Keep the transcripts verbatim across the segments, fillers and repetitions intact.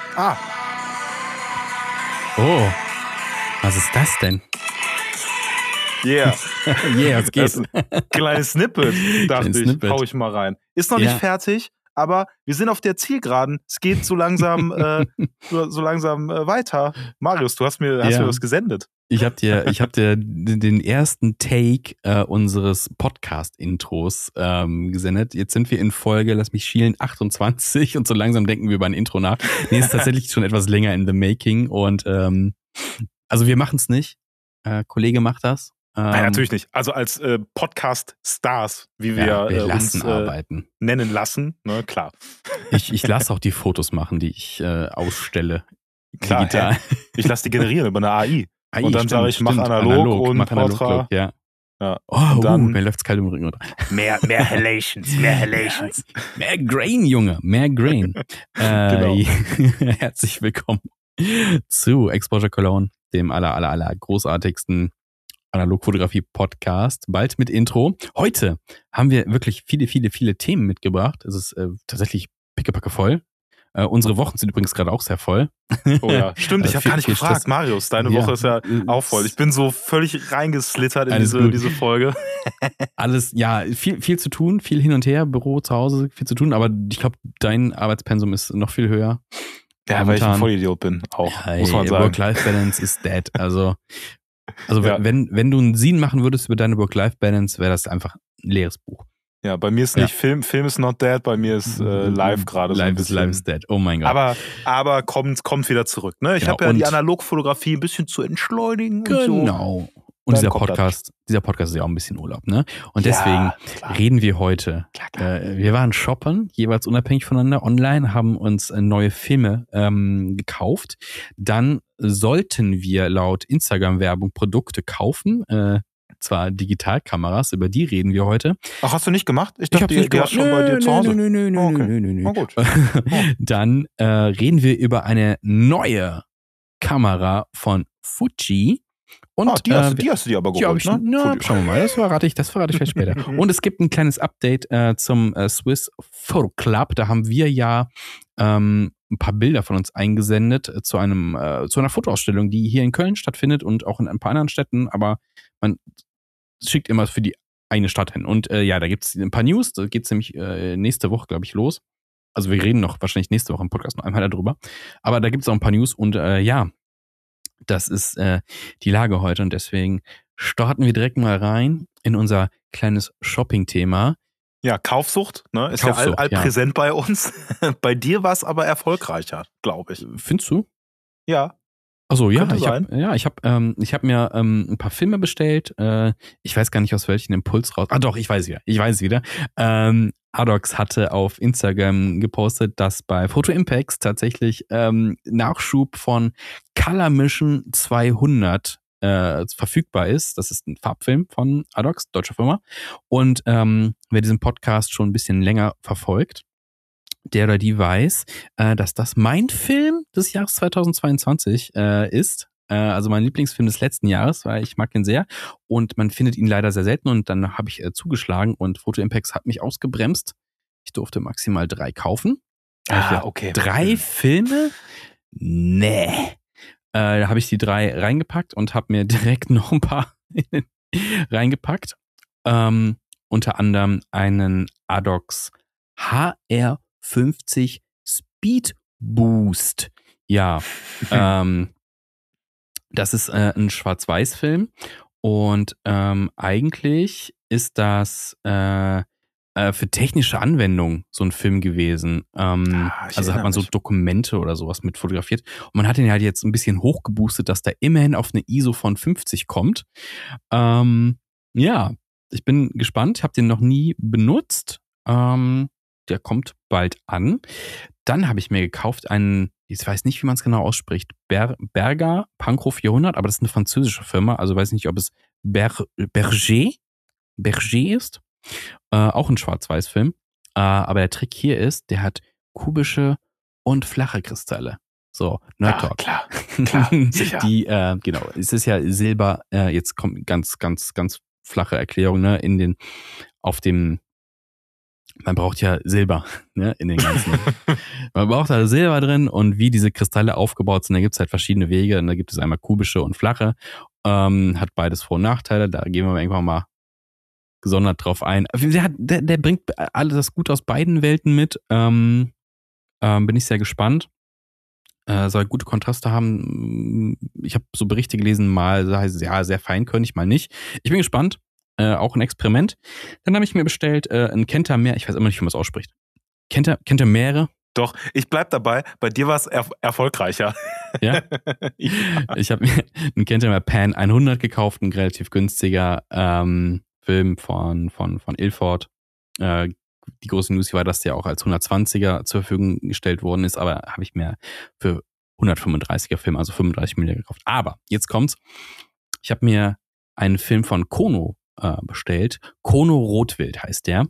Ah. Oh. Was ist das denn? Yeah. Yeah, was geht? Das ist ein kleines Snippet, dachte ich, Snippet. hau ich mal rein. Ist noch Ja. nicht fertig, aber wir sind auf der Zielgeraden. Es geht so langsam, äh, so, so langsam äh, weiter. Marius, du hast mir, hast Ja. mir was gesendet. Ich habe dir, ich hab dir den ersten Take äh, unseres Podcast-Intros ähm, gesendet. Jetzt sind wir in Folge, lass mich schielen, achtundzwanzig und so langsam denken wir über ein Intro nach. Nee, ist tatsächlich schon etwas länger in the making und ähm, also wir machen es nicht. Äh, Kollege macht das. Ähm, Nein, natürlich nicht. Also als äh, Podcast-Stars, wie wir, ja, wir äh, lassen uns äh, arbeiten. nennen lassen, ne, klar. Ich, ich lasse auch die Fotos machen, die ich äh, ausstelle. Klar, digital. hä? Ich lasse die generieren über eine A I. A I, Und dann stimmt, sage ich, mach stimmt. analog, analog und mach analog, Portra. ja. Ja. Oh, und dann uh, mir läuft's kalt im Rücken runter. mehr, mehr Halations, mehr Halations. Mehr Grain, Junge, mehr Grain. äh, Genau. Herzlich willkommen zu Exposure Cologne, dem aller, aller, aller großartigsten Analogfotografie-Podcast, bald mit Intro. Heute haben wir wirklich viele, viele, viele Themen mitgebracht. Es ist äh, tatsächlich pickepacke voll. Äh, unsere Wochen sind übrigens gerade auch sehr voll. Oh ja, stimmt, ich Also habe viel- gar nicht viel gefragt, Stress. Marius, deine Ja. Woche ist ja auch voll. Ich bin so völlig reingeslittert in Alles diese, gut. diese Folge. Alles, ja, viel, viel zu tun, viel hin und her, Büro, zu Hause, viel zu tun, aber ich glaube, dein Arbeitspensum ist noch viel höher. Ja, weil ich ein Momentan. Vollidiot bin, auch, Hey, muss man sagen. Work-Life-Balance ist dead. Also, also Ja. wenn, wenn du einen Scene machen würdest über deine Work-Life-Balance, wäre das einfach ein leeres Buch. Ja, bei mir ist nicht Film, Film ist not dead, bei mir ist äh, live gerade so ein Live ist, bisschen. live ist dead. Oh mein Gott. Aber, aber kommt, kommt wieder zurück. Ne? Ich Genau, habe ja und- die Analogfotografie ein bisschen zu entschleunigen und so. Genau. Und Dann dieser kommt das. Podcast, dieser Podcast ist ja auch ein bisschen Urlaub, ne? Und Ja, deswegen klar. reden wir heute. Klar, klar. Äh, wir waren shoppen, jeweils unabhängig voneinander online, haben uns äh, neue Filme ähm, gekauft. Dann sollten wir laut Instagram-Werbung Produkte kaufen, äh, zwar Digitalkameras, über die reden wir heute. Ach, hast du nicht gemacht? Ich Ich dachte, hab's die, nicht die hast gemacht. schon bei dir zu Hause. Nö, nö, nö, Oh, okay. nö, nö, nö. Na gut. Dann äh, reden wir über eine neue Kamera von Fuji. Und, Ah, die, hast, äh, du- die hast du dir aber ja, geholt, ich, ne? na, Fuji. schauen wir mal, das verrate ich, das verrate ich vielleicht später. Und es gibt ein kleines Update äh, zum äh, Swiss Photo Club. Da haben wir ja ähm, ein paar Bilder von uns eingesendet äh, zu einem äh, zu einer Fotoausstellung, die hier in Köln stattfindet und auch in ein paar anderen Städten, aber man schickt immer für die eine Stadt hin. Und äh, ja, da gibt es ein paar News, da geht es nämlich äh, nächste Woche, glaube ich, los. Also wir reden noch wahrscheinlich nächste Woche im Podcast noch einmal darüber. Aber da gibt es auch ein paar News und äh, ja, das ist äh, die Lage heute und deswegen starten wir direkt mal rein in unser kleines Shopping-Thema. Ja, Kaufsucht, ne? Ist Kaufsucht, ja all, all ja. präsent bei uns. Bei dir war es aber erfolgreicher, glaube ich. Findest du? Ja. Achso, ja, Könnte ich habe ja, ich hab, ähm, ich hab mir ähm, ein paar Filme bestellt. Äh, ich weiß gar nicht, aus welchen Impuls raus. Ah doch, ich weiß wieder. Ich weiß wieder. Ähm, Adox hatte auf Instagram gepostet, dass bei Photo Impacts tatsächlich ähm, Nachschub von Color Mission zweihundert äh, verfügbar ist. Das ist ein Farbfilm von Adox, deutscher Firma. Und ähm, wer diesen Podcast schon ein bisschen länger verfolgt, der oder die weiß, äh, dass das mein Film des Jahres zweitausendzweiundzwanzig äh, ist. Äh, also mein Lieblingsfilm des letzten Jahres, weil ich mag ihn sehr. Und man findet ihn leider sehr selten. Und dann habe ich äh, zugeschlagen und Photo Impacts hat mich ausgebremst. Ich durfte maximal drei kaufen. Da hab ich Ah, gedacht, okay. Drei Filme? Nee. Äh, da habe ich die drei reingepackt und habe mir direkt noch ein paar reingepackt. Ähm, unter anderem einen Adox H R fünfzig Speed Boost. Ja, ähm, das ist äh, ein Schwarz-Weiß-Film und ähm, eigentlich ist das äh, äh, für technische Anwendung so ein Film gewesen. Ähm, Ah, ich also hat erinnere man so mich. Dokumente oder sowas mit fotografiert und man hat den halt jetzt ein bisschen hochgeboostet, dass der immerhin auf eine I S O von fünfzig kommt. Ähm, ja, ich bin gespannt. Ich habe den noch nie benutzt. Ähm, der kommt bald an. Dann habe ich mir gekauft einen, ich weiß nicht, wie man es genau ausspricht, Ber- Berger Panchro vierhundert, aber das ist eine französische Firma, also weiß nicht, ob es Ber- Berger, Berger ist. Äh, auch ein Schwarz-Weiß-Film. Äh, aber der Trick hier ist, der hat kubische und flache Kristalle. So, Nerd Ah, Talk. klar, klar, sicher. Die, äh, genau, es ist ja Silber, äh, jetzt kommt ganz, ganz, ganz flache Erklärung, ne, in den, auf dem man braucht ja Silber, ne, in den ganzen. Man braucht da Silber drin und wie diese Kristalle aufgebaut sind, da gibt es halt verschiedene Wege. Und da gibt es einmal kubische und flache. Ähm, hat beides Vor- und Nachteile. Da gehen wir irgendwann mal gesondert drauf ein. Der, hat, der, der bringt alles das gut aus beiden Welten mit. Ähm, ähm, bin ich sehr gespannt. Äh, soll gute Kontraste haben. Ich habe so Berichte gelesen, mal heißt es ja sehr feinkörnig, mal nicht. Ich bin gespannt. Äh, auch ein Experiment. Dann habe ich mir bestellt äh, ein Kentermeer. Ich weiß immer nicht, wie man es ausspricht. Kenter, Kentermeere. Doch, ich bleib dabei. Bei dir war es er- erfolgreicher. Ja? Ja. Ich habe mir einen Kentermeer Pan hundert gekauft, ein relativ günstiger ähm, Film von, von, von Ilford. Äh, die große News war, dass der auch als hundertzwanziger zur Verfügung gestellt worden ist, aber habe ich mir für hundertfünfunddreißiger Film, also fünfunddreißig Millimeter gekauft. Aber jetzt kommt's. Ich habe mir einen Film von Kono äh, bestellt. Kono Rotwild heißt der.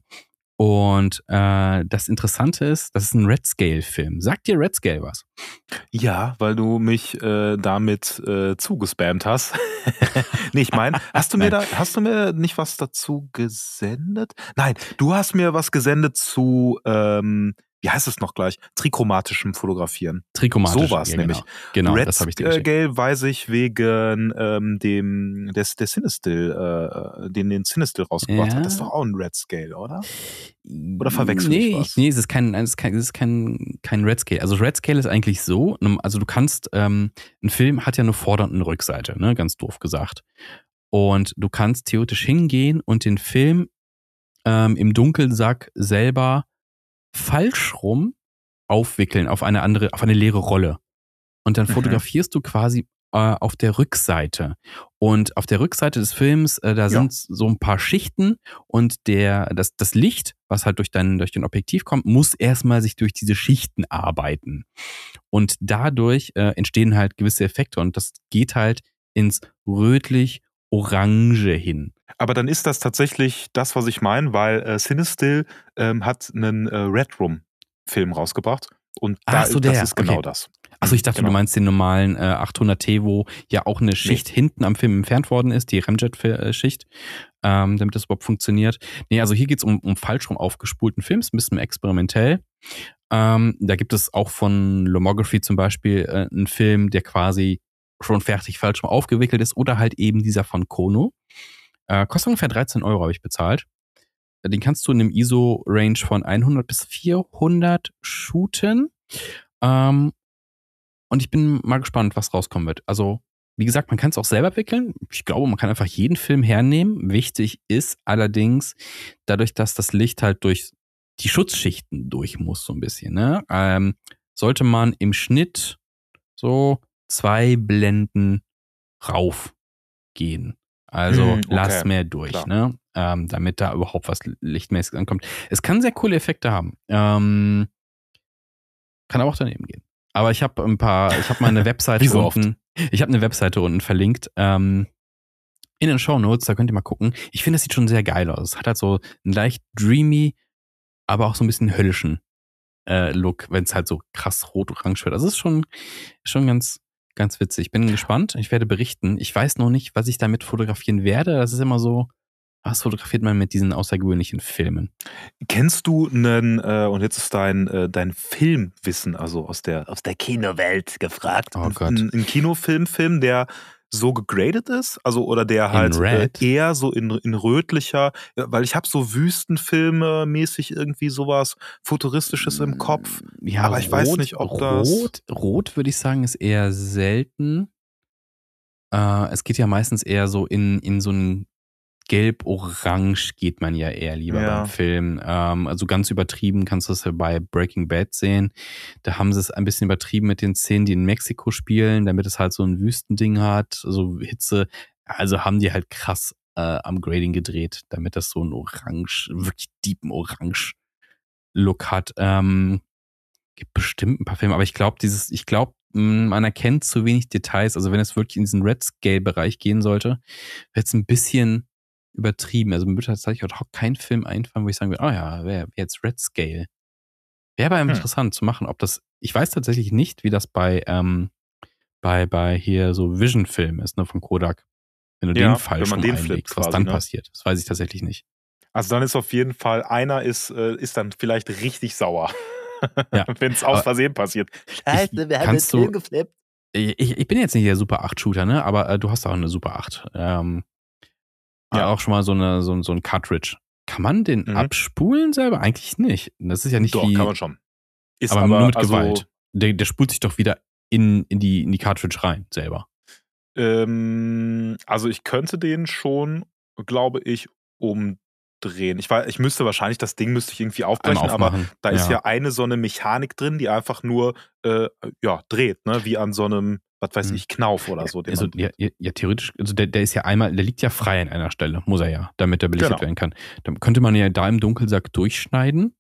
Und äh, das Interessante ist, das ist ein Red Scale-Film. Sagt dir Red Scale was? Ja, weil du mich äh, damit äh, zugespammt hast. Nee, ich meine, hast du mir da, hast du mir nicht was dazu gesendet? Nein, du hast mir was gesendet zu, ähm, wie heißt es noch gleich? Trichromatischem Fotografieren. Trichromatisch. Sowas ja, nämlich. Genau, genau Red das habe ich dir geschickt. Scale weiß ich wegen ähm, dem, des, der Cinestill, äh, den den Cinestill rausgebracht Ja. hat. Das ist doch auch ein Red Scale, oder? Oder verwechsel nee, ich was? Nee, es ist kein, es ist kein, es ist kein, kein Red Scale. Also Red Scale ist eigentlich so, also du kannst, ähm, ein Film hat ja eine Vorder- und eine Rückseite, ne, ganz doof gesagt. Und du kannst theoretisch hingehen und den Film ähm, im Dunkelsack selber falsch rum aufwickeln auf eine andere, auf eine leere Rolle. Und dann Mhm. fotografierst du quasi äh, auf der Rückseite. Und auf der Rückseite des Films, äh, da Ja. sind so ein paar Schichten und der, das, das Licht, was halt durch dein, durch den Objektiv kommt, muss erstmal sich durch diese Schichten arbeiten. Und dadurch äh, entstehen halt gewisse Effekte und das geht halt ins rötlich-orange hin. Aber dann ist das tatsächlich das, was ich meine, weil äh, Cinestill ähm, hat einen äh, Red Room-Film rausgebracht und da, Ach so, das der. ist genau Okay. das. Achso, ich dachte, genau. du meinst den normalen äh, achthundert T, wo ja auch eine Schicht hinten am Film entfernt worden ist, die Ramjet-Schicht, ähm, damit das überhaupt funktioniert. Nee, also hier geht's um, um falsch rum aufgespulten Film, ist ein bisschen experimentell. Ähm, da gibt es auch von Lomography zum Beispiel äh, einen Film, der quasi schon fertig falsch rum aufgewickelt ist oder halt eben dieser von Kono. Äh, kostet ungefähr dreizehn Euro, habe ich bezahlt. Den kannst du in einem I S O-Range von hundert bis vierhundert shooten. Ähm, und ich bin mal gespannt, was rauskommen wird. Also, wie gesagt, man kann es auch selber wickeln. Ich glaube, man kann einfach jeden Film hernehmen. Wichtig ist allerdings, dadurch, dass das Licht halt durch die Schutzschichten durch muss, so ein bisschen, ne? Ähm, sollte man im Schnitt so zwei Blenden rauf gehen. Also Hm, lass okay, mehr durch, klar. ne? Ähm, damit da überhaupt was lichtmäßig ankommt. Es kann sehr coole Effekte haben. Ähm, kann aber auch daneben gehen. Aber ich habe ein paar, ich habe meine Webseite Wie so oft. unten, ich habe eine Webseite unten verlinkt, ähm, in den Shownotes, da könnt ihr mal gucken. Ich finde, das sieht schon sehr geil aus. Es hat halt so einen leicht dreamy, aber auch so ein bisschen höllischen äh, Look, wenn es halt so krass rot-orange wird. Also es ist schon, schon ganz, ganz witzig. Ich bin gespannt. Ich werde berichten. Ich weiß noch nicht, was ich damit fotografieren werde. Das ist immer so, was fotografiert man mit diesen außergewöhnlichen Filmen? Kennst du einen, äh, und jetzt ist dein, äh, dein Filmwissen, also aus der, aus der Kinowelt gefragt, Oh ein, Gott. ein, ein Kinofilmfilm, der so gegradet ist, also oder der In halt äh, Red? eher so in, in rötlicher, ja, weil ich habe so Wüstenfilme mäßig irgendwie sowas Futuristisches im Kopf, Ja, aber ich weiß rot, nicht, ob das... rot, rot würde ich sagen, ist eher selten. Äh, es geht ja meistens eher so in, in so ein Gelb-Orange geht man ja eher lieber Ja. beim Film. Ähm, also ganz übertrieben kannst du es ja bei Breaking Bad sehen. Da haben sie es ein bisschen übertrieben mit den Szenen, die in Mexiko spielen, damit es halt so ein Wüstending hat, so Hitze. Also haben die halt krass äh, am Grading gedreht, damit das so ein Orange, wirklich deepen Orange-Look hat. Ähm, gibt bestimmt ein paar Filme, aber ich glaube, dieses, ich glaube, man erkennt zu wenig Details. Also wenn es wirklich in diesen Red Scale-Bereich gehen sollte, wird es ein bisschen übertrieben. Also mir würde tatsächlich auch kein Film einfallen, wo ich sagen würde, oh ja, wäre wär jetzt Red Scale. Wäre aber Hm. interessant zu machen, ob das, ich weiß tatsächlich nicht, wie das bei, ähm, bei, bei hier so Vision-Film ist, ne, von Kodak. Wenn du Ja, den falsch wenn man rum den flippt einlegst, was quasi, dann ne? passiert. Das weiß ich tatsächlich nicht. Also dann ist auf jeden Fall, einer ist, äh, ist dann vielleicht richtig sauer, Ja, wenn es aus aber Versehen passiert. ich Scheiße, wir haben den kannst Film du geflippt. ich ich bin jetzt nicht der Super acht Shooter, ne, aber, äh, du hast auch 'ne Super acht. Ähm, Ja. auch schon mal so 'ne so 'n so 'n Cartridge. Kann man den Mhm. abspulen selber? Eigentlich nicht. Das ist ja nicht Doch, kann man wie schon. Ist aber nur aber, mit also Gewalt. Der der spult sich doch wieder in in die in die Cartridge rein selber. Ähm, also ich könnte den schon, glaube ich, umdrehen. Ich wei ich müsste wahrscheinlich das Ding müsste ich irgendwie Einmal aufbrechen, aber aufmachen, da ist ja. ja eine so 'ne Mechanik drin, die einfach nur, äh, ja, dreht, ne, wie an so 'nem, was weiß Mhm. ich, Knauf oder Ja, so, den also man ja dreht. ja ja, theoretisch also der der ist ja einmal der liegt ja frei an einer Stelle, muss er ja, damit er belichtet Genau. werden kann. Dann könnte man ja da im Dudelsack durchschneiden,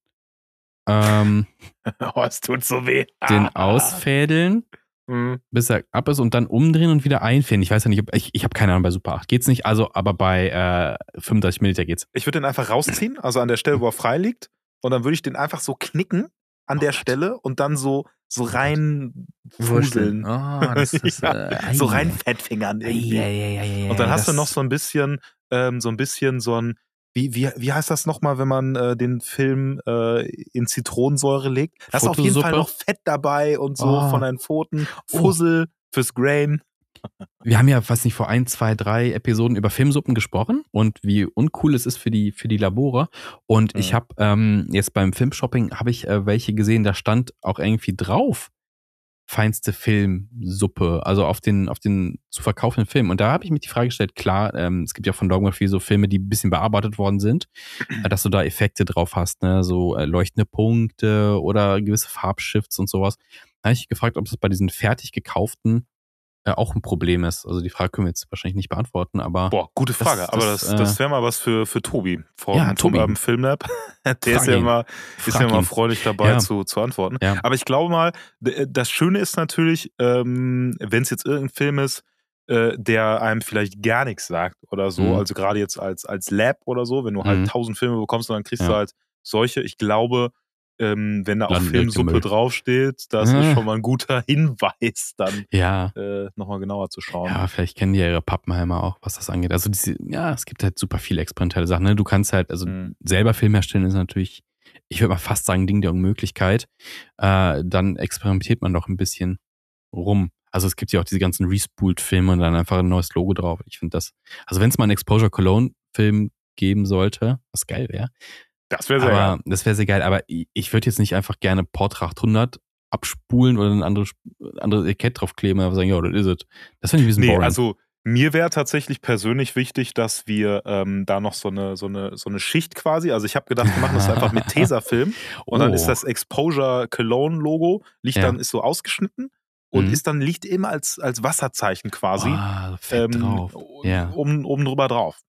ähm Oh, es tut so weh. den ausfädeln, Mhm. bis er ab ist und dann umdrehen und wieder einfädeln. Ich weiß ja nicht, ob ich ich habe keine Ahnung bei Super acht geht's nicht, also aber bei, äh, fünfunddreißig Milliliter geht's. Ich würde den einfach rausziehen, also an der Stelle, wo er frei liegt, und dann würde ich den einfach so knicken an Oh der Gott. Stelle und dann so so Oh Gott. Wursteln. reinfuseln. Oh, das ist, Ja, äh, so ei, ei. reinfettfingern Ei, irgendwie. ei, ei, ei, Und dann ei, hast du noch das so 'n bisschen ähm, so 'n bisschen so 'n wie wie wie heißt das noch mal, wenn man, äh, den Film, äh, in Zitronensäure legt? Da ist auf jeden Fall noch Photosuppe? Fett dabei und so von Oh. deinen Pfoten. Oh. Fussel fürs Grain. Wir haben ja, weiß nicht, vor ein, zwei, drei Episoden über Filmsuppen gesprochen und wie uncool es ist für die für die Labore. Und ich Mhm. habe, ähm, jetzt beim Filmshopping habe ich, äh, welche gesehen, da stand auch irgendwie drauf: „Feinste Filmsuppe“, also auf den auf den zu verkaufenden Filmen. Und da habe ich mir die Frage gestellt, klar, ähm, es gibt ja von Dogma-Free so Filme, die 'n bisschen bearbeitet worden sind, äh, dass du da Effekte drauf hast, ne, so, äh, leuchtende Punkte oder gewisse Farbshifts und so was. Da habe ich mich gefragt, ob das bei diesen fertig gekauften, äh, auch 'n Problem ist. Also die Frage können wir jetzt wahrscheinlich nicht beantworten, aber Boah, gute das Frage, aber das, das äh das wäre mal was für für Tobi Ja, vom vom Tobi. Urban Film Lab. Der ist Frag ja ihn. immer ist ja Frag immer ihn. freudig dabei Ja. zu zu antworten. Ja. Aber ich glaube mal, d äh, das Schöne ist natürlich, ähm, wenn's jetzt irgend 'n Film ist, äh, der einem vielleicht gar nix sagt oder so, Mhm. also grade jetzt als als Lab oder so, wenn du halt Mhm. tausend Filme bekommst und dann kriegst du Ja. halt solche. Ich glaube, ähm, wenn da auch Landen direkt im Filmsuppe Müll. draufsteht, das ist schon mal 'n guter Hinweis, dann, Ja. äh, noch mal genauer zu schauen. Ja, vielleicht kennen die ja ihre Pappenheimer auch, was das angeht. Also diese ja, es gibt halt super viele experimentelle Sachen, ne? Du kannst halt also Mhm. selber Film herstellen ist natürlich, ich würde mal fast sagen, Ding der Unmöglichkeit. Äh, dann experimentiert man doch 'n bisschen rum. Also es gibt ja auch diese ganzen Respooled-Filme und dann einfach 'n neues Logo drauf. Ich finde das also wenn's mal 'n Exposure Cologne Film geben sollte, was geil wäre. Das wäre sehr geil. Aber das wäre sehr geil, aber i ich würde jetzt nicht einfach gerne Portra achthundert abspulen oder 'n anderes anderes Etikett draufkleben und einfach sagen: „Ja, das is it.“ Das finde ich 'n bisschen Ne, boring. also mir wäre tatsächlich persönlich wichtig, dass wir, ähm, da noch so 'ne so 'ne so 'ne Schicht quasi also ich habe gedacht, wir machen das einfach mit Tesafilm und dann ist Oh. das Exposure Cologne Logo liegt dann Ja. ist so ausgeschnitten und Mhm. ist dann liegt immer als als Wasserzeichen quasi, Oh, fett ähm, drauf. o Ja. oben oben drüber drauf.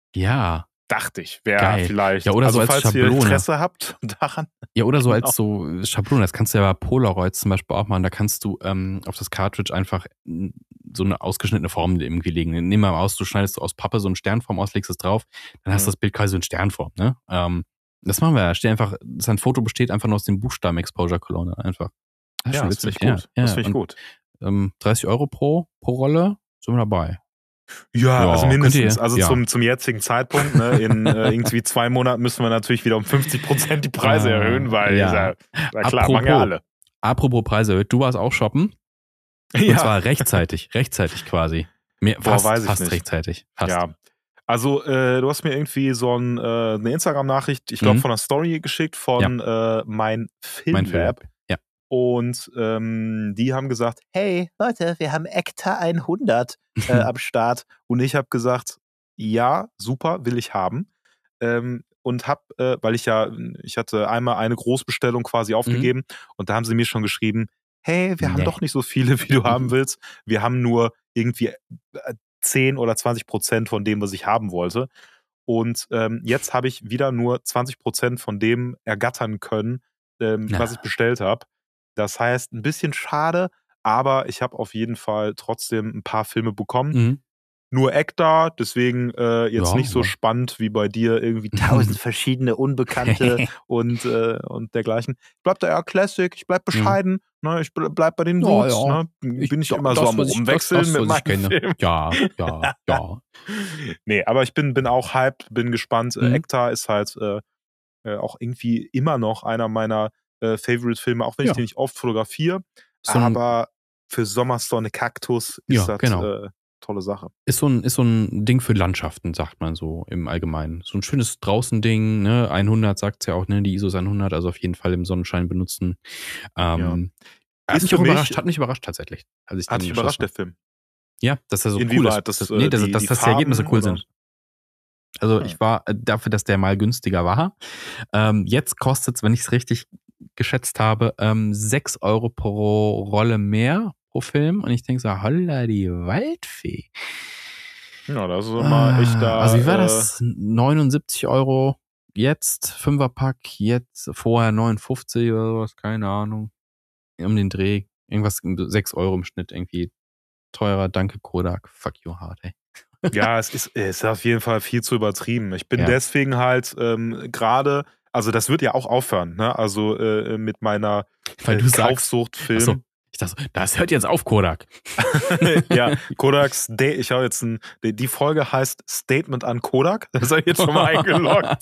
Ja. Dachte ich, wäre Geil. Ja, vielleicht oder so also als falls ihr Schablone. Interesse habt daran. Ja, oder so Genau. als so Schablone. Das kannst du ja bei Polaroid zum Beispiel auch machen. Da kannst du, ähm, auf das Cartridge einfach 'n so 'ne ausgeschnittene Form irgendwie legen. Nehmen wir mal aus, du schneidest so aus Pappe so 'n Sternform aus, legst es drauf, dann hast du Mhm. das Bild quasi in Sternform, ne? Ähm, das machen wir ja. Stell einfach sein Foto besteht einfach nur aus den Buchstaben Exposure Cologne einfach. Das ist Ja, schon das finde witzig, ich ja, gut. Das ja. finde ich Und, gut. ähm, dreißig Euro pro pro Rolle sind wir dabei. Ja, also Ja, könnt mindestens. ihr Also ja. zum zum jetzigen Zeitpunkt, ne, in, äh, irgendwie zwei Monaten müssen wir natürlich wieder um fünfzig Prozent die Preise erhöhen, Äh, weil ist ja. ja na klar, machen ja Apropos alle. apropos Preise erhöht, du warst auch shoppen? Und Ja. zwar rechtzeitig rechtzeitig quasi. Mir Boah, fast weiß ich fast nicht. rechtzeitig, fast. Ja. Also, äh, du hast mir irgendwie so 'n äh, 'ne Instagram-Nachricht, ich glaube Mhm. von 'ner Story geschickt Ja. von, äh, mein Mein Film Film-Lab, Lab ja. und, ähm, die haben gesagt: „Hey Leute, wir haben Ektar hundert, äh, am Start.“ Und ich habe gesagt: „Ja, super, will ich haben.“ Ähm, und habe, äh, weil ich ja ich hatte einmal eine Großbestellung quasi Mhm. aufgegeben und da haben sie mir schon geschrieben: „Hey, wir haben Ne. doch nicht so viele, wie du haben willst. Wir haben nur irgendwie, äh, zehn oder zwanzig Prozent von dem, was ich haben wollte.“ Und, ähm, jetzt habe ich wieder nur zwanzig Prozent von dem ergattern können, ähm, was ich Na. bestellt habe. Das heißt, 'n bisschen schade, aber ich habe auf jeden Fall trotzdem 'n paar Filme bekommen. Mhm. nur Ektar, deswegen äh, jetzt Ja, nicht so ja. spannend wie bei dir irgendwie tausend verschiedene Unbekannte und, äh, und dergleichen. Ich bleib da eher Classic, ich bleib bescheiden, ne? Ich ble- bleib bei den Ja, Roots, ja. ne? Ich, Bin ich da- immer das, so am was ich, das, Rumwechseln das, mit was ich meinen kenne. Filmen. Ja, ja, ja. Nee, aber ich bin, bin auch hyped, bin gespannt. Äh, Mhm. Ektar ist halt äh, äh, auch irgendwie immer noch einer meiner äh, Favorite-Filme, auch wenn Ja. ich den nicht oft fotografiere. So ein, Aber für Sommersonne Kaktus ist Ja, das genau. äh, tolle Sache. ist so ein, ist so ein Ding für Landschaften, sagt man so im Allgemeinen. So ein schönes Draußending, ne? hundert sagt ja auch, ne? Die I S O hundert, also auf jeden Fall im Sonnenschein benutzen. Ähm, Hat Ist mich für auch mich- überrascht, hat mich überrascht tatsächlich. Als ich Hat den dich überrascht, der geschossen Film? habe. Ja, dass er so cool Inwieweit? ist. Das, nee, äh, dass, die- dass, die dass die Ergebnisse Farben cool oder sind. Also Hm. ich war äh, dafür, dass der mal günstiger war. Ähm, jetzt kostet es, wenn ich es richtig geschätzt habe, ähm, sechs Euro pro Rolle mehr pro Film. Und ich denke so, holla die Waldfee. Ja, das ist immer echt da. Also wie war äh, das? neunundsiebzig Euro jetzt, Fünferpack, jetzt vorher neunundfünfzig oder sowas, keine Ahnung. Um den Dreh. Irgendwas, sechs Euro im Schnitt irgendwie teurer. Danke Kodak. Fuck you hard, ey. Ja, es ist, es ist auf jeden Fall viel zu übertrieben. Ich bin Ja. deswegen halt ähm, gerade, also das wird ja auch aufhören, ne? Also äh, mit meiner Weil äh, du sagst, Kaufsuchtfilm. achso, ich dachte, so, das hört jetzt auf, Kodak. Ja, Kodaks, Day, ich habe jetzt ein, die, die Folge heißt Statement an Kodak, das habe ich jetzt schon mal eingeloggt.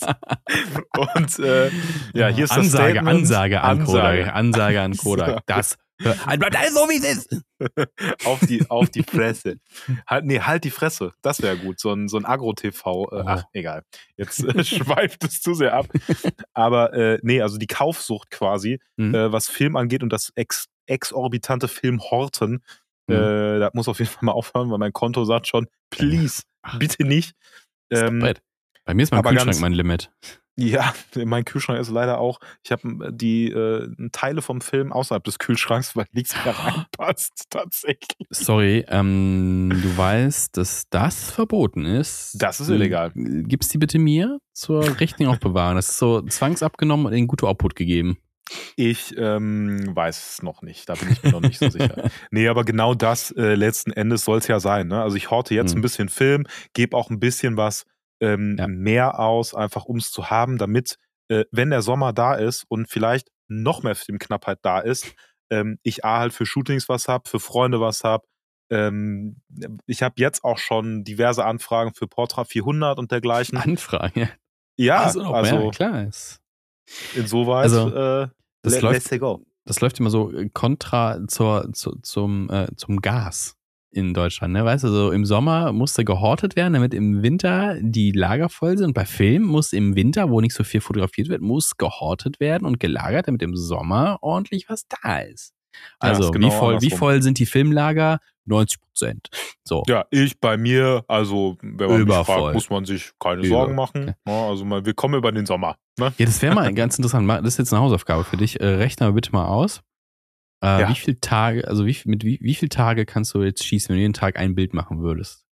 Und äh, ja, hier ist das Ansage, Statement. Ansage an Ansage. Kodak. Ansage an Kodak. So. Das hört- bleibt alles so, wie es ist. auf die, auf die Fresse. Halt, nee, halt die Fresse. Das wäre gut. So ein, so ein Agro-T V. Äh, Oh. Ach, egal. Jetzt äh, schweift es zu sehr ab. Aber äh, nee, also die Kaufsucht quasi, Mhm. äh, was Film angeht und das ex exorbitante Filmhorten, Mhm. äh, das muss auf jeden Fall mal aufhören, weil mein Konto sagt schon, please, Ach. bitte nicht. Ist doch Ähm, breit. Bei mir ist mein aber Kühlschrank ganz- mein Limit. ja, mein Kühlschrank ist leider auch, ich habe die äh, Teile vom Film außerhalb des Kühlschranks, weil nichts mehr reinpasst, tatsächlich. Sorry, ähm, du weißt, dass das verboten ist. Das ist illegal. Äh, Gib's die bitte mir zur richtigen Aufbewahrung. Das ist so zwangsabgenommen und in gute Obhut gegeben. Ich ähm, weiß es noch nicht, da bin ich mir noch nicht so sicher. Nee, aber genau das äh, letzten Endes soll es ja sein. Ne? Also ich horte jetzt Hm. ein bisschen Film, gebe auch ein bisschen was ähm, Ja. mehr aus, einfach um es zu haben, damit, äh, wenn der Sommer da ist und vielleicht noch mehr Filmknappheit da ist, ähm, ich A halt für Shootings was habe, für Freunde was habe. Ähm, ich habe jetzt auch schon diverse Anfragen für Portra vierhundert und dergleichen. Anfrage. Ja, Also, also ja, klar. Ist, insoweit Also, äh, das let, läuft- let's go. das läuft immer so äh, kontra zur, zu, zum, äh, zum Gas in Deutschland. Ne? Weißt du, so im Sommer musste gehortet werden, damit im Winter die Lager voll sind. Und bei Filmen muss im Winter, wo nicht so viel fotografiert wird, muss gehortet werden und gelagert, damit im Sommer ordentlich was da ist. Ja, Also, ist genau wie, voll, wie andersrum. voll sind die Filmlager? neunzig Prozent. So. Ja, ich bei mir, also wenn man mich Übervoll. fragt, muss man sich keine Über- Sorgen machen. Ja, also mal, wir kommen über den Sommer. Ne? Ja, das wäre mal ganz interessant. Das ist jetzt eine Hausaufgabe für dich. Äh, rechne mal bitte mal aus. Äh, Ja. Wie viele Tage, also wie, mit wie, wie viel Tage kannst du jetzt schießen, wenn du jeden Tag ein Bild machen würdest?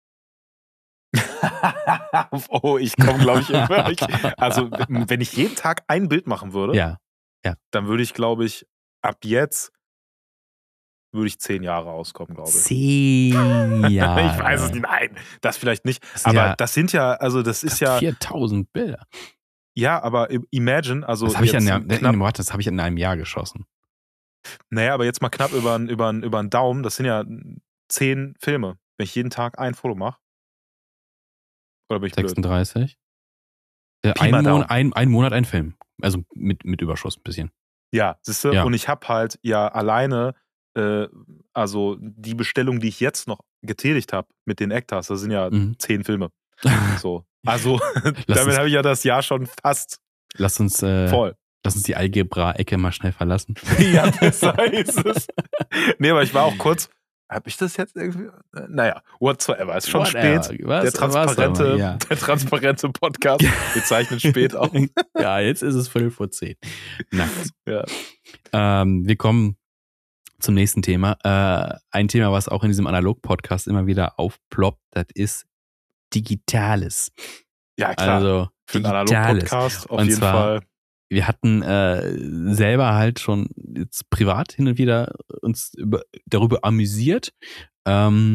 Oh, ich komme, glaube ich, immer. Ich, also wenn ich jeden Tag ein Bild machen würde, Ja. dann würde ich, glaube ich, ab jetzt würde ich zehn Jahre auskommen, glaube ich. Zehn Jahre. Ich weiß es nicht. Nein, das vielleicht nicht. Das sind Aber ja- das sind ja, also das ist Das ja, viertausend Bilder. ja, aber im- imagine, also Das habe ich, jetzt an einem- knapp, in- warte, das hab ich in einem Jahr geschossen. naja, aber jetzt mal knapp über, über, über einen Daumen, das sind ja zehn Filme, wenn ich jeden Tag ein Foto mache. Oder bin ich blöd? sechsunddreißig. Ja, Pi ein, mal Mon Daumen. ein, ein Monat ein Film. Also mit, mit Überschuss ein bisschen. Ja, siehst du? Ja. Und ich habe halt ja alleine, äh, also die Bestellung, die ich jetzt noch getätigt habe mit den Ektas, das sind ja Mhm. zehn Filme. So. Also Lass damit uns- habe ich ja das Jahr schon fast Lass uns, äh, voll. lass uns die Algebra-Ecke mal schnell verlassen. Ja, besser ist es. Nee, aber ich war auch kurz, habe ich das jetzt irgendwie? Äh, Naja, whatsoever. Es ist schon Whatever. spät. Was- der, transparente, was aber, ja. der transparente Podcast. Wir zeichnen spät auf. Ja, jetzt ist es Viertel vor zehn. Nachts. Ja. Ähm, wir kommen zum nächsten Thema. Äh, ein Thema, was auch in diesem Analog-Podcast immer wieder aufploppt, das ist Digitales. Ja, klar. Also Für den Digitales. Analog-Podcast auf Und jeden zwar- Fall. Wir hatten äh, selber halt schon jetzt privat hin und wieder uns über, darüber amüsiert, ähm,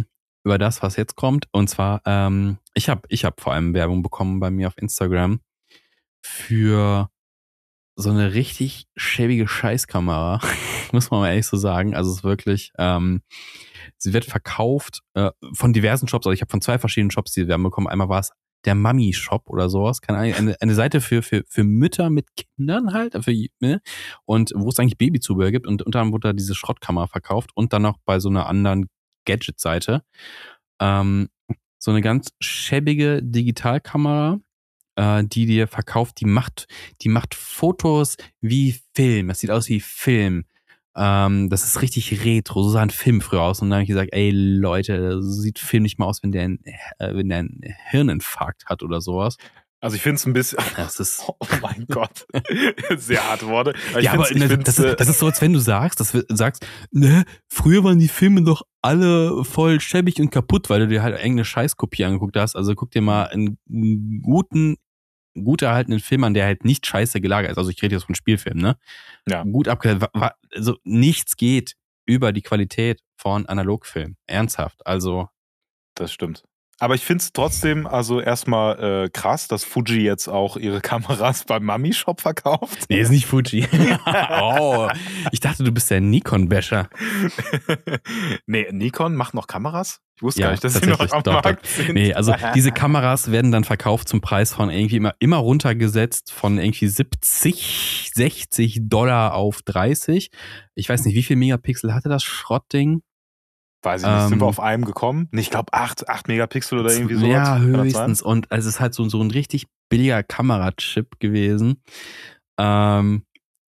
über das, was jetzt kommt. Und zwar, ähm, ich habe ich hab vor allem Werbung bekommen bei mir auf Instagram für so eine richtig schäbige Scheißkamera, muss man mal ehrlich so sagen. Also es ist wirklich, ähm, sie wird verkauft äh, von diversen Shops. Also ich habe von zwei verschiedenen Shops die Werbung bekommen. Einmal war es der Mami-Shop oder sowas. Keine Ahnung, eine, eine Seite für, für, für Mütter mit Kindern halt, für, ne? Und wo es eigentlich Babyzubehör gibt. Und unter anderem wurde da diese Schrottkamera verkauft und dann noch bei so einer anderen Gadget-Seite. Ähm, so eine ganz schäbige Digitalkamera, äh, die dir verkauft, die macht, die macht Fotos wie Film. Das sieht aus wie Film. Ähm, das ist richtig retro. So sah ein Film früher aus. Und dann habe ich gesagt, ey Leute, so sieht Film nicht mal aus, wenn der, ein, äh, wenn der einen Hirninfarkt hat oder sowas. Also ich finde es ein bisschen, das ist oh mein Gott, sehr harte Worte. Aber ja, aber ne, das, ist, das ist so, als wenn du sagst, dass du sagst, ne, früher waren die Filme doch alle voll schäbig und kaputt, weil du dir halt irgendeine Scheißkopie angeguckt hast. Also guck dir mal einen guten, gut erhaltenen Film an, der halt nicht scheiße gelagert ist. Also ich rede jetzt von Spielfilmen, ne? Ja. Gut abgelagert. Also nichts geht über die Qualität von Analogfilm. Ernsthaft. Also. Das stimmt. Aber ich finde es trotzdem, also erstmal äh, krass, dass Fuji jetzt auch ihre Kameras beim Mami-Shop verkauft. Nee, ist nicht Fuji. Oh, ich dachte, du bist der Nikon-Basher. Nee, Nikon macht noch Kameras? Ich wusste ja, gar nicht, dass sie noch am doch, Markt doch. sind. Nee, also diese Kameras werden dann verkauft zum Preis von irgendwie immer, immer runtergesetzt von irgendwie siebzig, sechzig Dollar auf dreißig. Ich weiß nicht, wie viel Megapixel hatte das Schrottding? Weiß ich nicht, ähm, sind wir auf einem gekommen? Nee, ich glaube acht, acht Megapixel oder irgendwie sowas. Ja, höchstens. Und also es ist halt so, so ein richtig billiger Kamerachip gewesen. Ähm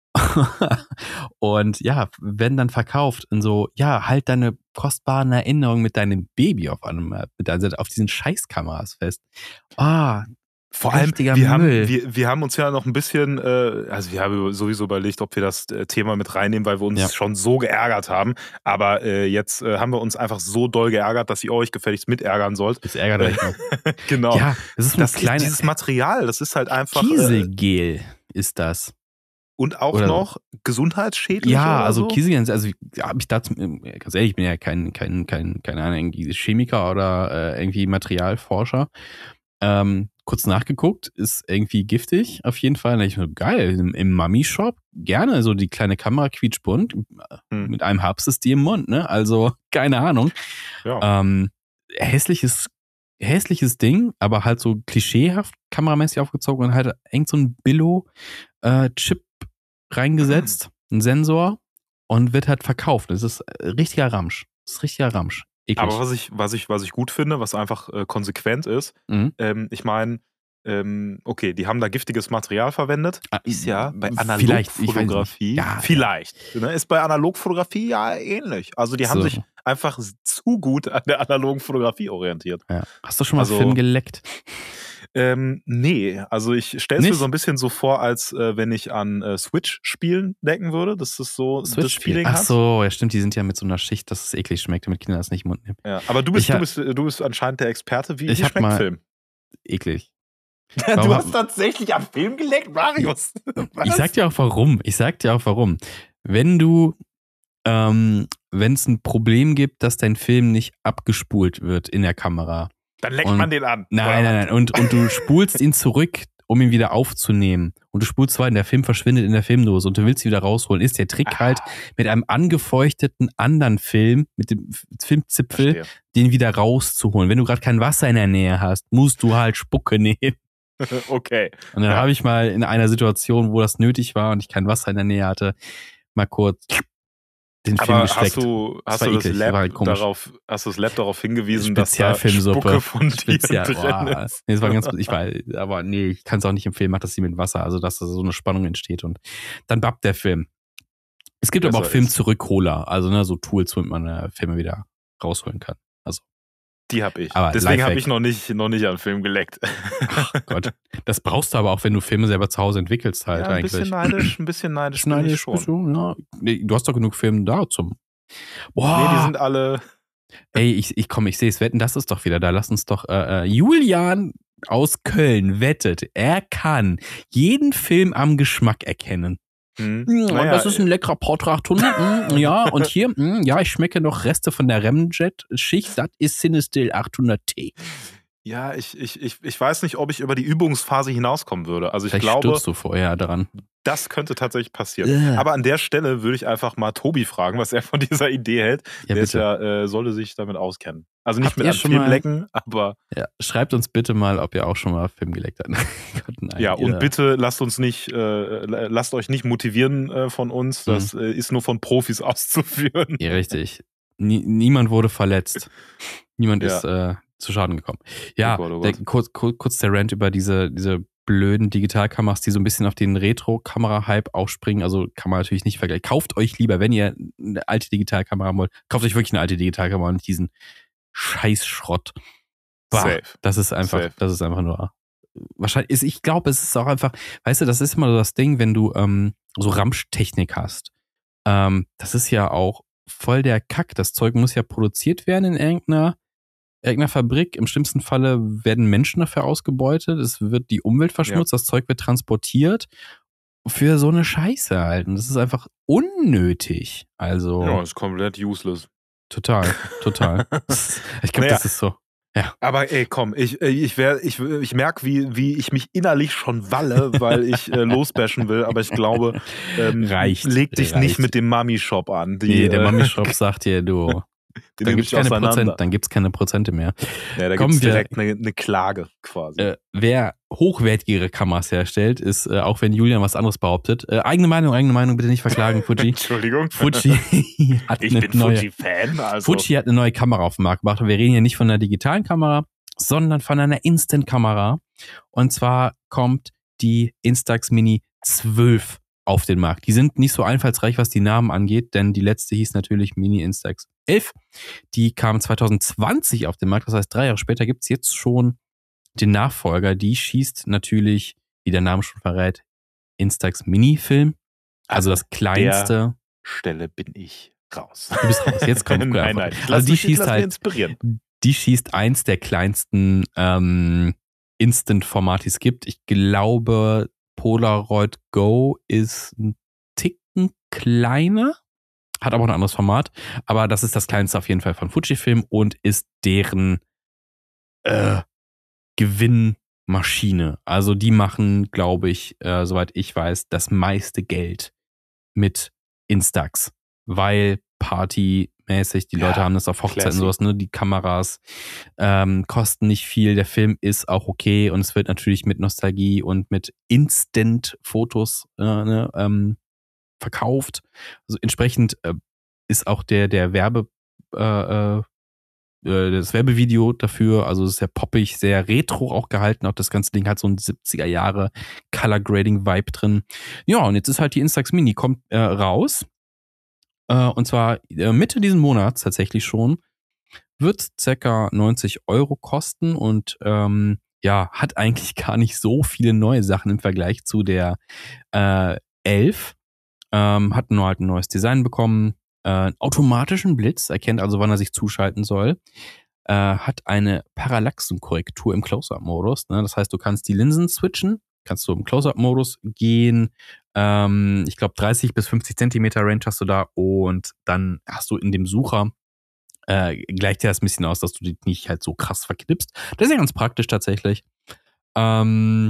und ja, werden dann verkauft in so, ja, halt deine kostbaren Erinnerungen mit deinem Baby auf einem, mit, also auf diesen Scheißkameras fest. Ah, Vor allem, wir haben, wir, wir haben uns ja noch ein bisschen, äh, also wir haben sowieso überlegt, ob wir das Thema mit reinnehmen, weil wir uns ja. schon so geärgert haben. Aber äh, jetzt äh, haben wir uns einfach so doll geärgert, dass ihr euch gefälligst mitärgern sollt. Das ärgert euch noch. Genau. Ja, das ist ein kleines. Dieses Material, das ist halt einfach. Kieselgel äh, ist das. Und auch oder noch gesundheitsschädlich? Ja, oder also so? Kieselgel, also habe ich dazu, ganz ehrlich, ich bin ja kein, kein, kein, keine Ahnung, irgendwie Chemiker oder äh, irgendwie Materialforscher. Ähm, kurz nachgeguckt, ist irgendwie giftig, auf jeden Fall. Da ich mir, geil, im, im Mami-Shop gerne, so die kleine Kamera quietschbunt, hm. mit einem habst es die im Mund, ne? Also, keine Ahnung. Ja. Ähm, hässliches, hässliches Ding, aber halt so klischeehaft kameramäßig aufgezogen und halt irgend so ein Billo-Chip reingesetzt, hm. ein Sensor und wird halt verkauft. Das ist richtiger Ramsch. Das ist richtiger Ramsch. Eklig. Aber was ich, was ich, was ich gut finde, was einfach äh, konsequent ist, mhm. ähm, ich meine, ähm, okay, die haben da giftiges Material verwendet. Ah, ist ja bei Analogfotografie. Analogfotografie. Ja, vielleicht. Ne? Ist bei Analogfotografie ja ähnlich. Also die haben so. sich einfach zu gut an der analogen Fotografie orientiert. Ja. Hast du schon mal also, Film geleckt? Ähm, nee, also ich stelle es mir so ein bisschen so vor, als äh, wenn ich an äh, Switch-Spielen denken würde, dass das so das Feeling hat. Ach so, ja stimmt, die sind ja mit so einer Schicht, dass es eklig schmeckt, damit Kinder das nicht im Mund nehmen. Ja, aber du bist, ich du, bist, du bist anscheinend der Experte, wie, ich wie schmeckt mal Film? Eklig. Du hast tatsächlich am Film geleckt, Marius. Ich sag dir auch warum. Ich sag dir auch warum. Wenn du, ähm, wenn es ein Problem gibt, dass dein Film nicht abgespult wird in der Kamera, dann leckt und, man den an. Nein, nein, nein. Und, und du spulst ihn zurück, um ihn wieder aufzunehmen. Und du spulst weiter, der Film verschwindet in der Filmdose und du willst ihn wieder rausholen. Ist der Trick ah. halt, mit einem angefeuchteten anderen Film, mit dem Filmzipfel, Verstehe. den wieder rauszuholen. Wenn du gerade kein Wasser in der Nähe hast, musst du halt Spucke nehmen. Okay. Und dann ja. habe ich mal in einer Situation, wo das nötig war und ich kein Wasser in der Nähe hatte, mal kurz den Film Aber gesteckt. hast du, hast, du das Lab halt darauf, hast du das Lab darauf hingewiesen, dass da Spucke von dir Spezial, drin boah. ist? Nee, das war ganz, ich war, aber nee, ich kann es auch nicht empfehlen, mach das sie mit Wasser, also dass da so eine Spannung entsteht und dann babbt der Film. Es gibt Besser aber auch Film-Zurückholer, also ne, so Tools, womit man äh, Filme wieder rausholen kann. Also die habe ich. Aber Deswegen habe ich noch nicht, noch nicht an Film geleckt. Ach Gott. Das brauchst du aber auch, wenn du Filme selber zu Hause entwickelst halt ja, ein eigentlich. Bisschen neidisch, ein bisschen neidisch, bin neidisch ich schon. schon. Ja. Nee, du hast doch genug Filme da zum. Boah. Nee, die sind alle. Ey, ich, ich komm, ich sehe es, wetten, das ist doch wieder da. Lass uns doch, äh, Julian aus Köln wettet, er kann jeden Film am Geschmack erkennen. Hm. Mm, Naja, das ist ein leckerer Porsche achthundert. Mm, ja, und hier, mm, ja, ich schmecke noch Reste von der Remjet-Schicht. Das ist Cinestill achthundert T. Ja, ich, ich, ich, ich weiß nicht, ob ich über die Übungsphase hinauskommen würde. Also ich Vielleicht glaube, stirbst du vorher daran. das könnte tatsächlich passieren. Äh. Aber an der Stelle würde ich einfach mal Tobi fragen, was er von dieser Idee hält. Ja, der ist bitte. ja, äh, sollte sich damit auskennen. Also nicht Habt mit ihr einem schon Film mal- lecken, aber Ja, schreibt uns bitte mal, ob ihr auch schon mal Film geleckt habt. Gott, nein, ja, und ihr- bitte lasst uns nicht, äh, lasst euch nicht motivieren äh, von uns. Das äh, ist nur von Profis auszuführen. Ja, richtig. Nie, niemand wurde verletzt. Niemand Ja. ist äh, zu Schaden gekommen. Ja, Oh Gott, oh der, Gott. kurz, kurz, kurz der Rant über diese, diese blöden Digitalkameras, die so ein bisschen auf den Retro-Kamera-Hype aufspringen. Also kann man natürlich nicht vergleichen. Kauft euch lieber, wenn ihr eine alte Digitalkamera haben wollt, kauft euch wirklich eine alte Digitalkamera und nicht diesen Scheißschrott. Bah, Safe. Das ist einfach, Safe. das ist einfach nur. Wahrscheinlich ist, ich glaube, es ist auch einfach, weißt du, das ist immer so das Ding, wenn du ähm, so Ramsch-Technik hast. Ähm, das ist ja auch voll der Kack. Das Zeug muss ja produziert werden in irgendeiner, irgendeiner Fabrik. Im schlimmsten Falle werden Menschen dafür ausgebeutet. Es wird die Umwelt verschmutzt. Das Zeug wird transportiert für so eine Scheiße halt. Und das ist einfach unnötig. Also Ja, ist komplett useless. total, total. Ich glaube, Naja. das ist so. Aber ey, komm, ich, äh, ich, wär, ich, ich merke, wie, wie ich mich innerlich schon walle, weil ich äh, losbashen will, aber ich glaube, ähm, Reicht, leg dich reicht. nicht mit dem Mami-Shop an. Die, Nee, der äh, Mami-Shop sagt dir, du, die dann nehme gibt's ich keine auseinander. Prozent, dann gibt's keine Prozente mehr. Ja, da Kommen gibt's wir- direkt eine, eine Klage quasi. Äh, wer hochwertigere Kameras herstellt, ist, äh, auch wenn Julian was anderes behauptet, äh, eigene Meinung, eigene Meinung, bitte nicht verklagen, Fuji. Entschuldigung. Fuji hat ich eine bin neue, Fuji-Fan. Also. Fuji hat eine neue Kamera auf den Markt gebracht. Und wir reden hier nicht von einer digitalen Kamera, sondern von einer Instant-Kamera. Und zwar kommt die Instax Mini zwölf auf den Markt. Die sind nicht so einfallsreich, was die Namen angeht, denn die letzte hieß natürlich Mini Instax elf. Die kam zwanzig zwanzig auf den Markt, das heißt drei Jahre später gibt's jetzt schon den Nachfolger. Die schießt natürlich, wie der Name schon verrät, Instax Mini-Film. Also das kleinste. Stelle bin ich raus. Du bist raus, jetzt kommt Nein, nein. Ich lass Also die mich, ich schießt lass mich halt, inspirieren. die schießt eins der kleinsten ähm, Instant-Formate, die es gibt. Ich glaube, Polaroid Go ist ein Ticken kleiner, hat aber auch ein anderes Format. Aber das ist das kleinste auf jeden Fall von Fujifilm und ist deren äh, Gewinnmaschine. Also die machen, glaube ich, äh, soweit ich weiß, das meiste Geld mit Instax, weil partymäßig, die Ja, Leute haben das auf Hochzeiten classy. sowas, ne? Die Kameras ähm, kosten nicht viel, der Film ist auch okay und es wird natürlich mit Nostalgie und mit Instant-Fotos äh, ne, ähm, verkauft. Also entsprechend äh, ist auch der, der Werbe, äh, äh, das Werbevideo dafür, also es ist sehr poppig, sehr retro auch gehalten, auch das ganze Ding hat so ein siebziger Jahre Color Grading Vibe drin. Ja, und jetzt ist halt die Instax Mini, kommt äh, raus, äh, und zwar äh, Mitte diesen Monats tatsächlich schon, wird circa neunzig Euro kosten und ähm, ja, hat eigentlich gar nicht so viele neue Sachen im Vergleich zu der äh, elf, ähm, hat nur halt ein neues Design bekommen, äh, einen automatischen Blitz, erkennt also, wann er sich zuschalten soll, äh, hat eine Parallaxenkorrektur im Close-Up-Modus. Ne? Das heißt, du kannst die Linsen switchen, kannst du im Close-Up-Modus gehen. Ähm, ich glaube, dreißig bis fünfzig Zentimeter Range hast du da und dann hast du in dem Sucher äh, gleicht dir das ein bisschen aus, dass du die nicht halt so krass verknipst. Das ist ja ganz praktisch tatsächlich. Ähm,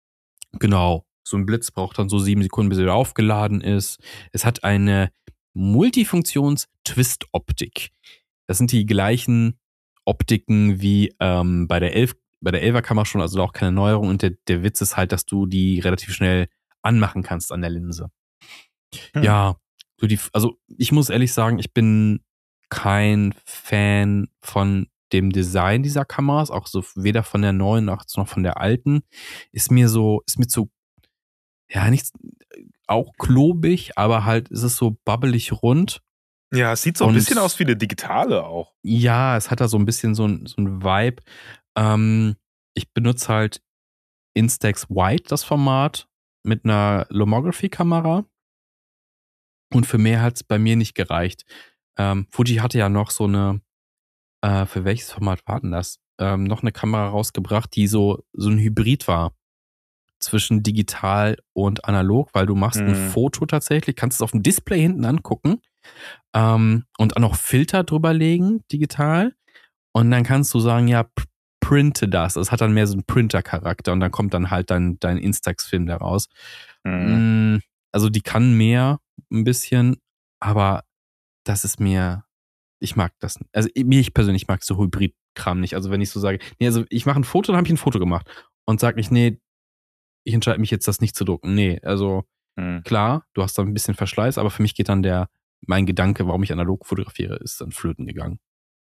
genau. So ein Blitz braucht dann so sieben Sekunden, bis er wieder aufgeladen ist. Es hat eine Multifunktions-Twist-Optik. Das sind die gleichen Optiken wie ähm, bei der elf, bei der elfer-Kamera schon, also auch keine Neuerung. Und der, der Witz ist halt, dass du die relativ schnell anmachen kannst an der Linse. Hm. Ja, so die, also ich muss ehrlich sagen, ich bin kein Fan von dem Design dieser Kameras, auch so weder von der neuen noch von der alten. Ist mir so, ist mir zu ja, nichts, auch klobig, aber halt ist es so bubbelig rund. Ja, es sieht so ein Und- bisschen aus wie eine digitale auch. Ja, es hat da so ein bisschen so ein, so ein Vibe. Ähm, ich benutze halt Instax White, das Format, mit einer Lomography-Kamera. Und für mehr hat es bei mir nicht gereicht. Ähm, Fuji hatte ja noch so eine, äh, für welches Format war denn das? Ähm, noch eine Kamera rausgebracht, die so, so ein Hybrid war. zwischen digital und analog, weil du machst ein Mhm. Foto tatsächlich, kannst es auf dem Display hinten angucken ähm, und auch noch Filter drüber legen, digital. Und dann kannst du sagen, ja, p- printe das. Es hat dann mehr so einen Printer-Charakter und dann kommt dann halt dein, dein Instax-Film daraus. Mhm. Mm, Also die kann mehr ein bisschen, aber das ist mir, ich mag das nicht. Also mir, ich persönlich mag so Hybrid-Kram nicht. Also wenn ich so sage, nee, also ich mache ein Foto, dann habe ich ein Foto gemacht und sag nicht, nee, ich entscheide mich jetzt, das nicht zu drucken. Nee, also Mhm. klar, du hast da ein bisschen Verschleiß, aber für mich geht dann der, mein Gedanke, warum ich analog fotografiere, ist dann flöten gegangen.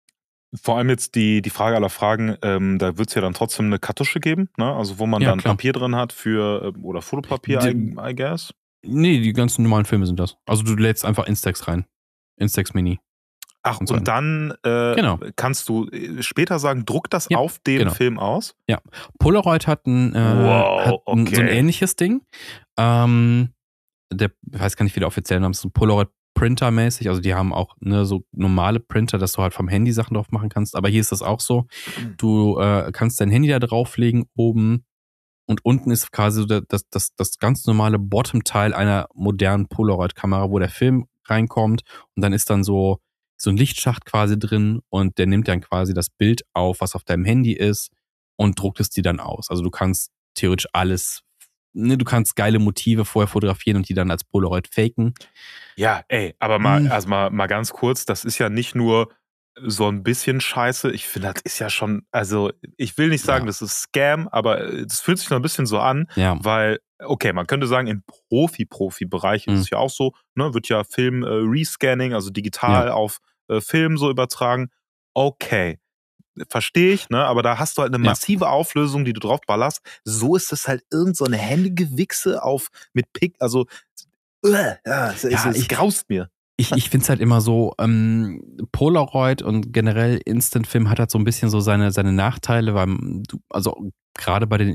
Vor allem jetzt die, die Frage aller Fragen, ähm, da wird es ja dann trotzdem eine Kartusche geben, ne? Also wo man Ja, dann klar. Papier drin hat für, ähm, oder Fotopapier, I, Die, I guess. nee, die ganzen normalen Filme sind das. Also du lädst einfach Instax rein. Instax Mini. Ach, Und so. und dann äh, Genau. kannst du äh, später sagen, druck das Ja, auf dem genau. Film aus? Ja. Polaroid hat ein, äh, Wow, hat ein, so ein okay. ähnliches Ding. Ähm, der, ich weiß gar nicht, wie der offizielle Name ist, so Polaroid Printer-mäßig. Also die haben auch ne, so normale Printer, dass du halt vom Handy Sachen drauf machen kannst. Aber hier ist das auch so. Du äh, kannst dein Handy da drauflegen oben und unten ist quasi so das, das, das ganz normale Bottom-Teil einer modernen Polaroid-Kamera, wo der Film reinkommt und dann ist dann so, so ein Lichtschacht quasi drin und der nimmt dann quasi das Bild auf, was auf deinem Handy ist und druckt es dir dann aus. Also du kannst theoretisch alles, ne, du kannst geile Motive vorher fotografieren und die dann als Polaroid faken. Ja, ey, aber mal, Hm. also mal, mal ganz kurz, das ist ja nicht nur so ein bisschen scheiße. Ich finde, das ist ja schon, also ich will nicht sagen, Ja. das ist Scam, aber es fühlt sich noch ein bisschen so an, Ja. weil, okay, man könnte sagen, im Profi-Profi-Bereich ist Hm. es ja auch so, ne, wird ja Film äh, Rescanning, also digital Ja. auf äh, Film so übertragen. Okay, verstehe ich, ne, aber da hast du halt eine Ja. massive Auflösung, die du drauf ballerst. So ist es halt irgend so eine Handygewichse auf mit Pick, also äh, ja, es, es, Ja, es ich, graust mir. Ich, ich finde es halt immer so, ähm, Polaroid und generell Instant-Film hat halt so ein bisschen so seine, seine Nachteile, weil du, also gerade bei den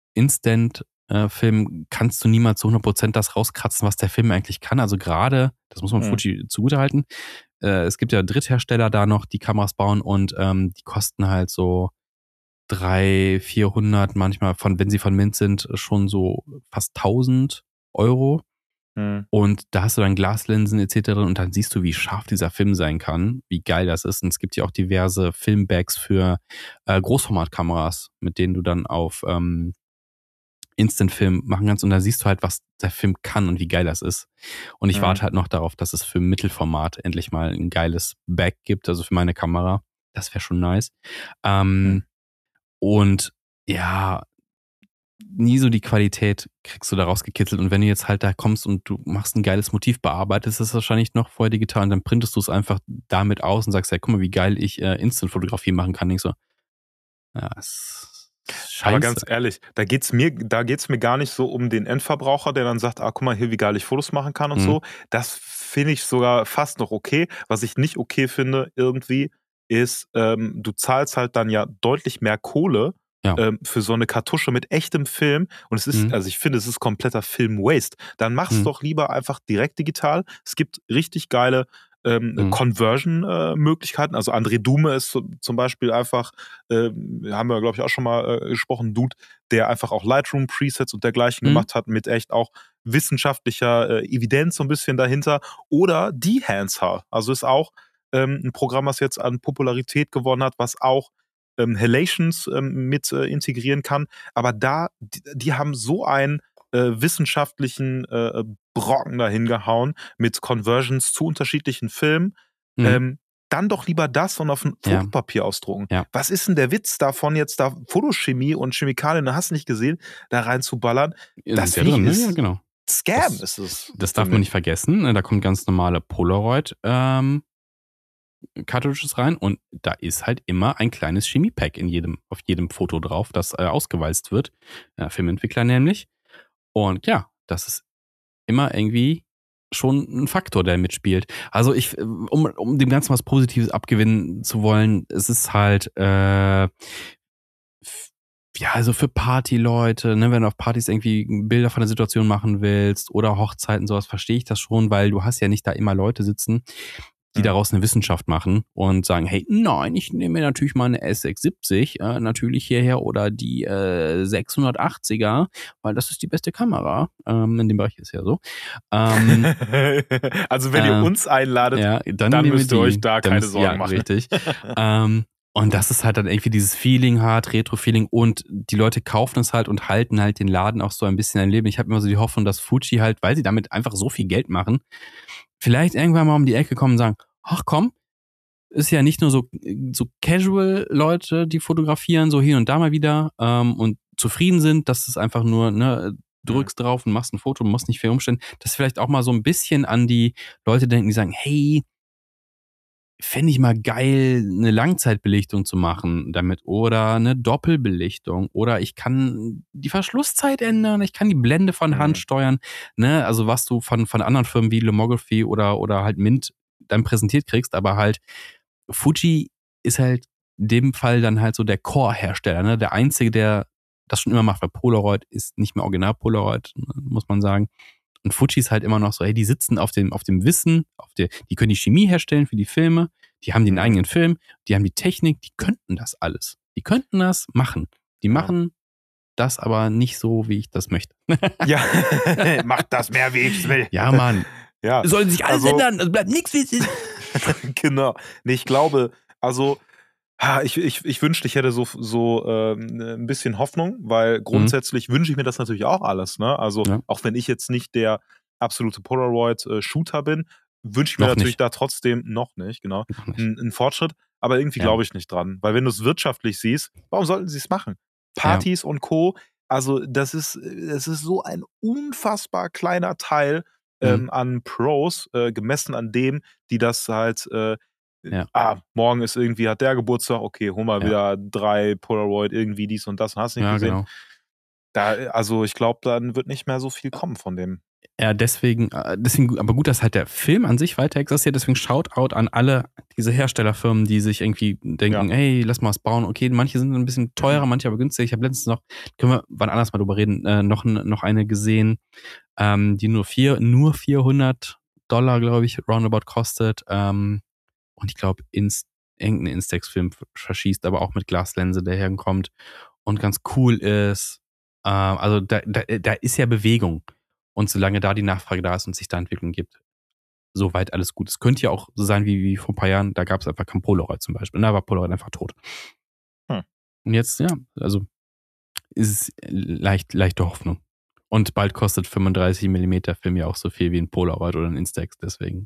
Instant-Filmen kannst du niemals zu hundert Prozent das rauskratzen, was der Film eigentlich kann. Also gerade, das muss man Mhm. Fuji zugutehalten, äh, es gibt ja Dritthersteller da noch, die Kameras bauen und ähm, die kosten halt so dreihundert, vierhundert, manchmal, von, wenn sie von Mint sind, schon so fast tausend Euro. Mhm. Und da hast du dann Glaslinsen et cetera und dann siehst du, wie scharf dieser Film sein kann, wie geil das ist. Und es gibt ja auch diverse Filmbags für äh, Großformatkameras, mit denen du dann auf ähm, Instant-Film machen kannst. Und da siehst du halt, was der Film kann und wie geil das ist. Und ich Mhm. warte halt noch darauf, dass es für Mittelformat endlich mal ein geiles Bag gibt, also für meine Kamera. Das wäre schon nice. Ähm, Mhm. Und ja, nie so die Qualität kriegst du da rausgekitzelt. Und wenn du jetzt halt da kommst und du machst ein geiles Motiv, bearbeitest es wahrscheinlich noch vorher digital und dann printest du es einfach damit aus und sagst, ja, guck mal, wie geil ich äh, Instant-Fotografie machen kann. Ich so, ja, es ist scheiße. Aber ganz ehrlich, da geht's mir, da geht's mir gar nicht so um den Endverbraucher, der dann sagt, ah, guck mal hier, wie geil ich Fotos machen kann und Mhm. so. Das finde ich sogar fast noch okay. Was ich nicht okay finde irgendwie, ist, ähm, du zahlst halt dann ja deutlich mehr Kohle Ja. ähm, für so eine Kartusche mit echtem Film. Und es ist, Mhm. also ich finde, es ist kompletter Film-Waste. Dann mach's Mhm. doch lieber einfach direkt digital. Es gibt richtig geile ähm, Mhm. Conversion-Möglichkeiten. Also André Dume ist so, zum Beispiel einfach, äh, haben wir, glaube ich, auch schon mal äh, gesprochen, Dude, der einfach auch Lightroom-Presets und dergleichen Mhm. gemacht hat, mit echt auch wissenschaftlicher äh, Evidenz so ein bisschen dahinter. Oder Dehancer, also ist auch ähm, ein Programm, was jetzt an Popularität gewonnen hat, was auch ähm, Halations ähm, mit äh, integrieren kann. Aber da, die, die haben so einen äh, wissenschaftlichen äh, Brocken dahin gehauen mit Conversions zu unterschiedlichen Filmen. Mhm. Ähm, dann doch lieber das und auf ein Ja. Fotopapier ausdrucken. Ja. Was ist denn der Witz davon, jetzt da Fotochemie und Chemikalien, du hast nicht gesehen, da reinzuballern? Das Sind ja finde ich drin, ne? ist Ja, genau. Scam, Das, ist es. das für darf man mich. nicht vergessen. Da kommt ganz normale Polaroid ähm, Cartridges rein und da ist halt immer ein kleines Chemiepack in jedem, auf jedem Foto drauf, das äh, ausgewalzt wird. Äh, Filmentwickler nämlich. Und ja, das ist immer irgendwie schon ein Faktor, der mitspielt. Also ich, um, um dem Ganzen was Positives abgewinnen zu wollen, es ist halt, äh, f- ja, also für Partyleute, ne, wenn du auf Partys irgendwie Bilder von der Situation machen willst oder Hochzeiten, sowas, verstehe ich das schon, weil du hast ja nicht da immer Leute sitzen. die Mhm. daraus eine Wissenschaft machen und sagen, hey, nein, ich nehme mir natürlich mal eine S sechs siebzig äh, natürlich hierher oder die äh, sechshundertachtziger, weil das ist die beste Kamera. Ähm, in dem Bereich ist ja so. Ähm, Also wenn ihr äh, uns einladet, ja, dann, dann nehmen wir müsst ihr die. euch da Dann keine müsst- Sorgen ja, machen. Richtig. ähm, und das ist halt dann irgendwie dieses Feeling hat, Retro-Feeling und die Leute kaufen es halt und halten halt den Laden auch so ein bisschen am Leben. Ich habe immer so die Hoffnung, dass Fuji halt, weil sie damit einfach so viel Geld machen, vielleicht irgendwann mal um die Ecke kommen und sagen, ach komm, ist ja nicht nur so, so Casual-Leute, die fotografieren, so hier und da mal wieder ähm, und zufrieden sind, dass es einfach nur, ne, drückst drauf und machst ein Foto, musst nicht viel umstellen, dass vielleicht auch mal so ein bisschen an die Leute denken, die sagen, hey, fände ich mal geil, eine Langzeitbelichtung zu machen damit oder eine Doppelbelichtung oder ich kann die Verschlusszeit ändern, ich kann die Blende von Hand Mhm. steuern, ne, also was du von, von anderen Firmen wie Lomography oder, oder halt Mint dann präsentiert kriegst, aber halt Fuji ist halt in dem Fall dann halt so der Core-Hersteller, ne, der einzige, der das schon immer macht, weil Polaroid ist nicht mehr original Polaroid, muss man sagen. Und Fuji ist halt immer noch so, hey, die sitzen auf dem, auf dem Wissen, auf der, die können die Chemie herstellen für die Filme, die haben den Mhm. eigenen Film, die haben die Technik, die könnten das alles. Die könnten das machen. Die Ja. machen das aber nicht so, wie ich das möchte. Ja, macht das mehr, wie ich will. Ja, Mann. Ja, Sollen sich alles also- ändern, es bleibt nichts, wie es ist. genau. Nee, ich glaube, also ha, ich, ich, ich wünschte, ich hätte so, so ähm, ein bisschen Hoffnung, weil grundsätzlich wünsche ich mir das natürlich auch alles. Ne? Also Ja. auch wenn ich jetzt nicht der absolute Polaroid-Shooter bin, wünsche ich mir Noch natürlich nicht. da trotzdem noch nicht, genau, Noch nicht. einen einen Fortschritt. Aber irgendwie Ja. glaube ich nicht dran. Weil wenn du es wirtschaftlich siehst, warum sollten sie es machen? Partys und Co., also das ist, das ist so ein unfassbar kleiner Teil ähm, Mhm. an Pros, äh, gemessen an dem, die das halt, äh, Ja. ah, morgen ist irgendwie, hat der Geburtstag, okay, hol mal Ja. wieder drei Polaroid, irgendwie dies und das, hast du nicht Ja, gesehen. genau. Da, also ich glaube, dann wird nicht mehr so viel kommen von dem. Ja, deswegen, äh, deswegen, aber gut, dass halt der Film an sich weiter existiert, deswegen Shoutout an alle diese Herstellerfirmen, die sich irgendwie denken, Ja. hey, lass mal was bauen. Okay, manche sind ein bisschen teurer, manche aber günstig. Ich habe letztens noch, können wir wann anders mal drüber reden, äh, noch, noch eine gesehen, ähm, die nur vier, nur vierhundert Dollar, glaube ich, roundabout kostet. Ähm, und ich glaube, ins, irgendein Instax-Film verschießt, aber auch mit Glaslinse, der herkommt und ganz cool ist. Ähm, also da, da, da ist ja Bewegung. Und solange da die Nachfrage da ist und sich da Entwicklung gibt, soweit alles gut. Es könnte ja auch so sein wie, wie vor ein paar Jahren, da gab es einfach kein Polaroid zum Beispiel. Da war Polaroid einfach tot. Hm. Und jetzt, ja, also ist es leicht, leichte Hoffnung. Und bald kostet fünfunddreißig Millimeter Film ja auch so viel wie ein Polaroid oder ein Instax, deswegen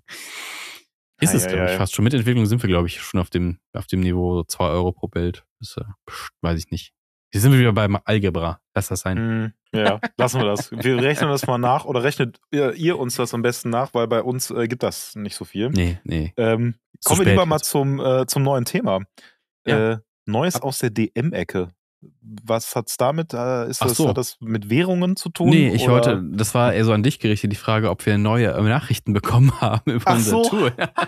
ist Ei, es, ei, glaube ich, ei. fast schon. Mit Entwicklung sind wir, glaube ich, schon auf dem, auf dem Niveau zwei Euro pro Bild. Das, äh, pst, weiß ich nicht. Hier sind wir wieder beim Algebra. Lass das sein. Hm, ja, lassen wir das. Wir rechnen das mal nach oder rechnet ihr, ihr uns das am besten nach, weil bei uns äh, gibt das nicht so viel. Nee, nee. Ähm, Zu kommen wir spät lieber mal jetzt. zum, äh, zum neuen Thema. Ja. Äh, Neues aus der D M-Ecke. Was hat's damit? Äh, ist Ach das, so. Hat das mit Währungen zu tun? Nee, ich oder? wollte, das war eher so an dich gerichtet, die Frage, ob wir neue äh, Nachrichten bekommen haben über Ach unser so. Tool.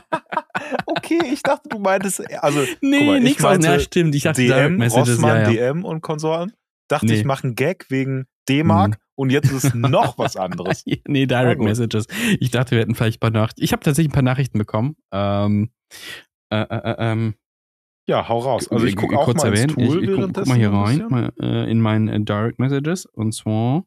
Okay, ich dachte, du meintest, also, Nee, guck mal, ich nix aus, meinte ja, stimmt. Ich dachte, Direct D M, Messages, Rossmann, ja, ja. D M und Konsorten. Dachte Nee. ich, mache einen Gag wegen D-Mark Mhm. und jetzt ist noch was anderes. Nee, Direct gut. Messages. Ich dachte, wir hätten vielleicht ein paar Nachrichten. Ich habe tatsächlich ein paar Nachrichten bekommen. Ähm, äh, äh, ähm, Ja, hau raus. Also ich g- gucke auch kurz mal ins erwähnen, Tool ich, ich guck, guck mal währenddessen hier so ein rein, bisschen. mal, äh, in meinen äh, Direct Messages. Und zwar,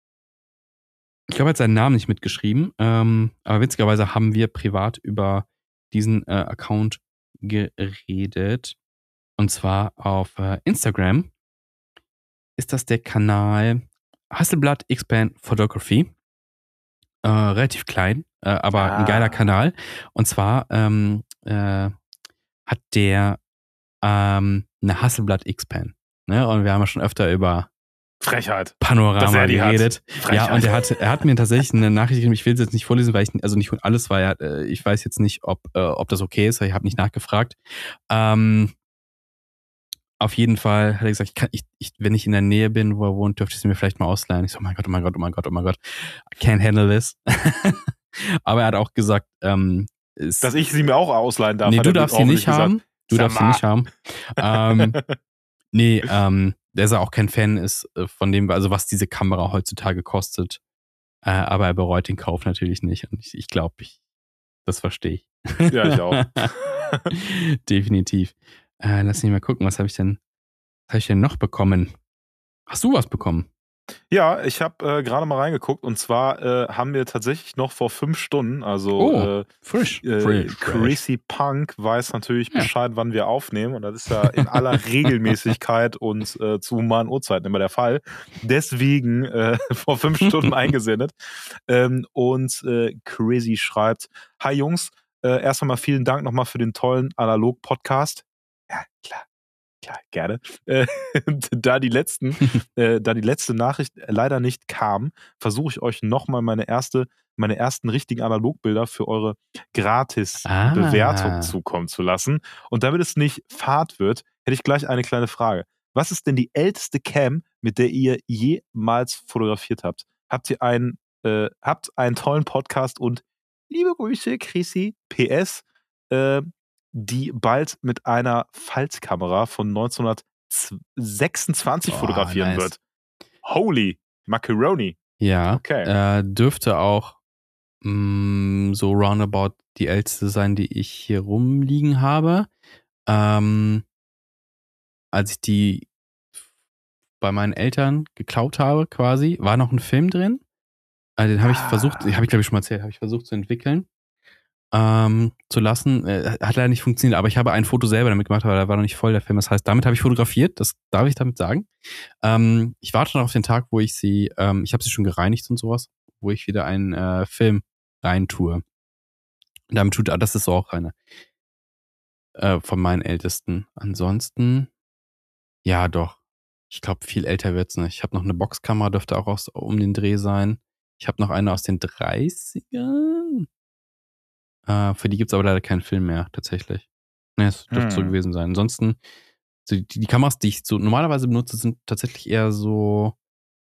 ich glaube, er hat seinen Namen nicht mitgeschrieben, ähm, aber witzigerweise haben wir privat über diesen äh, Account geredet. Und zwar auf äh, Instagram ist das der Kanal Hasselblatt Expand Photography. Äh, relativ klein, äh, aber ein geiler Ah. Kanal. Und zwar ähm, äh, hat der ähm, eine Hasselblatt X-Pan. Ne? Und wir haben ja schon öfter über Frechheit. Dass Panorama er die hat. geredet. Frechheit. Ja, und er hat, er hat mir tatsächlich eine Nachricht gegeben, ich will es jetzt nicht vorlesen, weil ich, also nicht alles, weil er, äh, ich weiß jetzt nicht, ob, äh, ob das okay ist, ich habe nicht nachgefragt. Ähm, auf jeden Fall hat er gesagt, ich kann, ich, ich, wenn ich in der Nähe bin, wo er wohnt, dürfte ich es mir vielleicht mal ausleihen. Ich so, oh mein Gott, oh mein Gott, oh mein Gott, oh mein Gott. I can't handle this. Aber er hat auch gesagt, ähm, es, Dass ich sie mir auch ausleihen darf. nee, hat du er darfst sie auch nicht gesagt. haben. Du Sag darfst sie mal. nicht haben. ähm, nee, ähm, der ist auch kein Fan ist äh, von dem, also was diese Kamera heutzutage kostet. Äh, aber er bereut den Kauf natürlich nicht. Und ich, ich glaube, ich, das verstehe ich. Ja, ich auch. Definitiv. Äh, lass mich mal gucken, was habe ich denn, was habe ich denn noch bekommen? Hast du was bekommen? Ja, ich habe äh, gerade mal reingeguckt und zwar äh, haben wir tatsächlich noch vor fünf Stunden, also Oh, äh, frisch. äh, Frisch, frisch. Crazy Punk weiß natürlich Ja. Bescheid, wann wir aufnehmen und das ist ja in aller Regelmäßigkeit und äh, zu humanen Uhrzeiten immer der Fall. Deswegen äh, vor fünf Stunden eingesendet. Ähm, und äh, Crazy schreibt, hi Jungs, äh, erst einmal vielen Dank nochmal für den tollen Analog-Podcast. Ja, klar. Klar, gerne. Äh, da die letzten, äh, da die letzte Nachricht leider nicht kam, versuche ich euch nochmal meine erste, meine ersten richtigen Analogbilder für eure Gratis-Bewertung Ah. zukommen zu lassen. Und damit es nicht fad wird, hätte ich gleich eine kleine Frage. Was ist denn die älteste Cam, mit der ihr jemals fotografiert habt? Habt ihr einen, äh, habt einen tollen Podcast und liebe Grüße, Chrissy, P S, äh, die bald mit einer Faltkamera von neunzehnhundertsechsundzwanzig Oh, fotografieren nice. wird. Holy Macaroni. Ja, Okay. äh, dürfte auch mh, so roundabout die älteste sein, die ich hier rumliegen habe. Ähm, als ich die bei meinen Eltern geklaut habe, quasi, war noch ein Film drin. Äh, den habe ich versucht, Ah. habe ich glaube ich schon mal erzählt, habe ich versucht zu entwickeln. Ähm, zu lassen. Äh, hat leider nicht funktioniert, aber ich habe ein Foto selber damit gemacht, aber da war noch nicht voll der Film. Das heißt, damit habe ich fotografiert, das darf ich damit sagen. Ähm, ich warte noch auf den Tag, wo ich sie, ähm, ich habe sie schon gereinigt und sowas, wo ich wieder einen äh, Film reintue. Und damit tut, ah, das ist so auch eine äh, von meinen Ältesten. Ansonsten, ja doch. Ich glaube, viel älter wird's nicht. Ich habe noch eine Boxkamera, dürfte auch aus, um den Dreh sein. Ich habe noch eine aus den dreißigern. Äh, für die gibt's aber leider keinen Film mehr, tatsächlich. Ne, es dürfte so Hm. gewesen sein. Ansonsten, so die, die Kameras, die ich so normalerweise benutze, sind tatsächlich eher so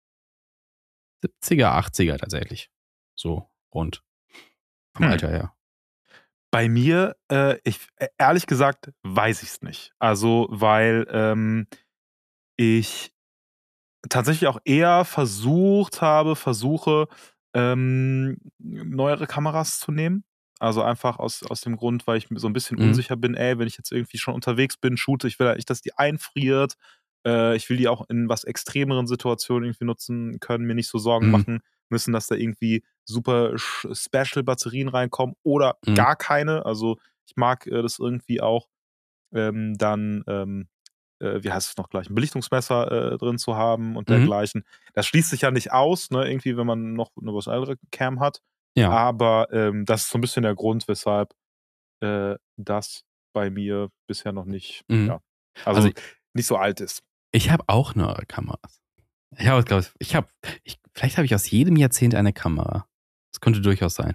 siebziger, achtziger tatsächlich. So rund. Vom Hm. Alter her. Bei mir, äh, ich äh, ehrlich gesagt, weiß ich es nicht. Also, weil ähm, ich tatsächlich auch eher versucht habe, versuche, ähm, neuere Kameras zu nehmen. Also einfach aus, aus dem Grund, weil ich mir so ein bisschen Mhm. unsicher bin, ey, wenn ich jetzt irgendwie schon unterwegs bin, shoote, ich will halt nicht, dass die einfriert. Äh, ich will die auch in was extremeren Situationen irgendwie nutzen können, mir nicht so Sorgen Mhm. machen müssen, dass da irgendwie super Special-Batterien reinkommen oder Mhm. gar keine. Also ich mag äh, das irgendwie auch ähm, dann ähm, äh, wie heißt es noch gleich, ein Belichtungsmesser äh, drin zu haben und Mhm. dergleichen. Das schließt sich ja nicht aus, ne, irgendwie, wenn man noch eine was ältere Cam hat. Ja. Aber ähm, das ist so ein bisschen der Grund, weshalb äh, das bei mir bisher noch nicht, Mhm. ja, also, Also nicht so alt ist. ich habe auch neue Kameras. Ich habe, glaube ich, ich habe, ich, vielleicht habe ich aus jedem Jahrzehnt eine Kamera. Das könnte durchaus sein.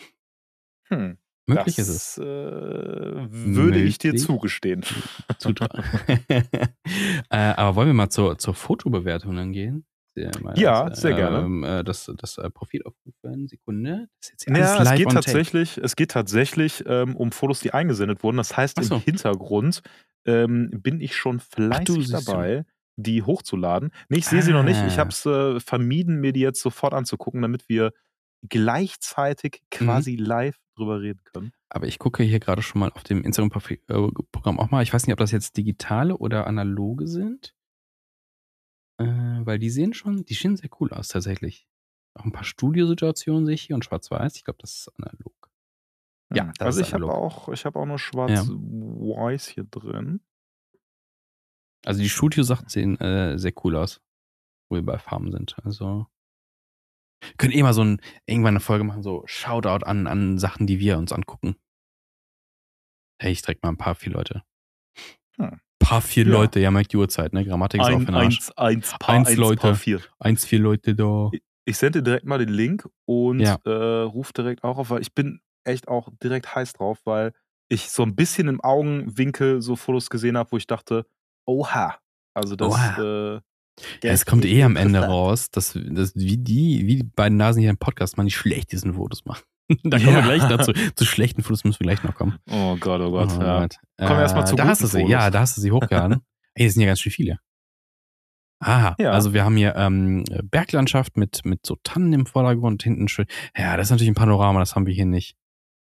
Hm, Möglich ist es. das äh, würde ich dir Möglich. zugestehen. Zutrauen. äh, aber wollen wir mal zur, zur Fotobewertung dann gehen? Mal Ja, das, sehr gerne. ähm, äh, das, das äh, Profil aufrufen. Sekunde. Das ist jetzt hier alles Ja, es live geht on tape. tatsächlich, es geht tatsächlich ähm, um Fotos, die eingesendet wurden. Das heißt, Ach im so. Hintergrund ähm, bin ich schon Ach du, fleißig siehst du. dabei, die hochzuladen. Nee, ich sehe sie noch nicht. Ich Ah. habe es äh, vermieden, mir die jetzt sofort anzugucken, damit wir gleichzeitig Mhm. quasi live drüber reden können. Aber ich gucke hier gerade schon mal auf dem Instagram-Programm auch mal. Ich weiß nicht, ob das jetzt digitale oder analoge sind. Äh, weil die sehen schon, die sehen sehr cool aus tatsächlich. Auch ein paar Studiosituationen sehe ich hier und schwarz-weiß. Ich glaube, das ist analog. Ja, Hm. das Also ist ich habe analog. auch, ich habe auch nur Ja. schwarz-weiß hier drin. Also die Studio-Sachen sehen äh, sehr cool aus, wo wir bei Farben sind. Also wir können eh mal so ein, irgendwann eine Folge machen, so Shoutout an, an Sachen, die wir uns angucken. Hey, ich direkt mal ein paar, vier Leute. Hm. Paar, vier Ja. Leute, ja, merkt die Uhrzeit, ne? Grammatik ist auch für Ein, den Arsch. eins, eins, paar, Eins eins, Leute. paar vier. Eins, vier Leute da. Ich, ich sende dir direkt mal den Link und Ja. äh, ruf direkt auch auf, weil ich bin echt auch direkt heiß drauf, weil ich so ein bisschen im Augenwinkel so Fotos gesehen habe, wo ich dachte, oha. Also das, Oha. äh, Ja, das es kommt ist eh am Ende interessant. raus, dass, dass wie, die, wie die beiden Nasen hier im Podcast mal die schlechtesten Fotos machen. Da kommen Ja. wir gleich dazu. Zu schlechten Fotos müssen wir gleich noch kommen. Oh Gott, oh Gott, Oh ja. Gott. Kommen wir erstmal Äh, zu da guten hast du sie, Fotos. ja, da hast du sie hochgeladen. Ey, das sind ja ganz schön viele. Aha, Ja. also wir haben hier ähm, Berglandschaft mit, mit so Tannen im Vordergrund, hinten schön. Ja, das ist natürlich ein Panorama, das haben wir hier nicht.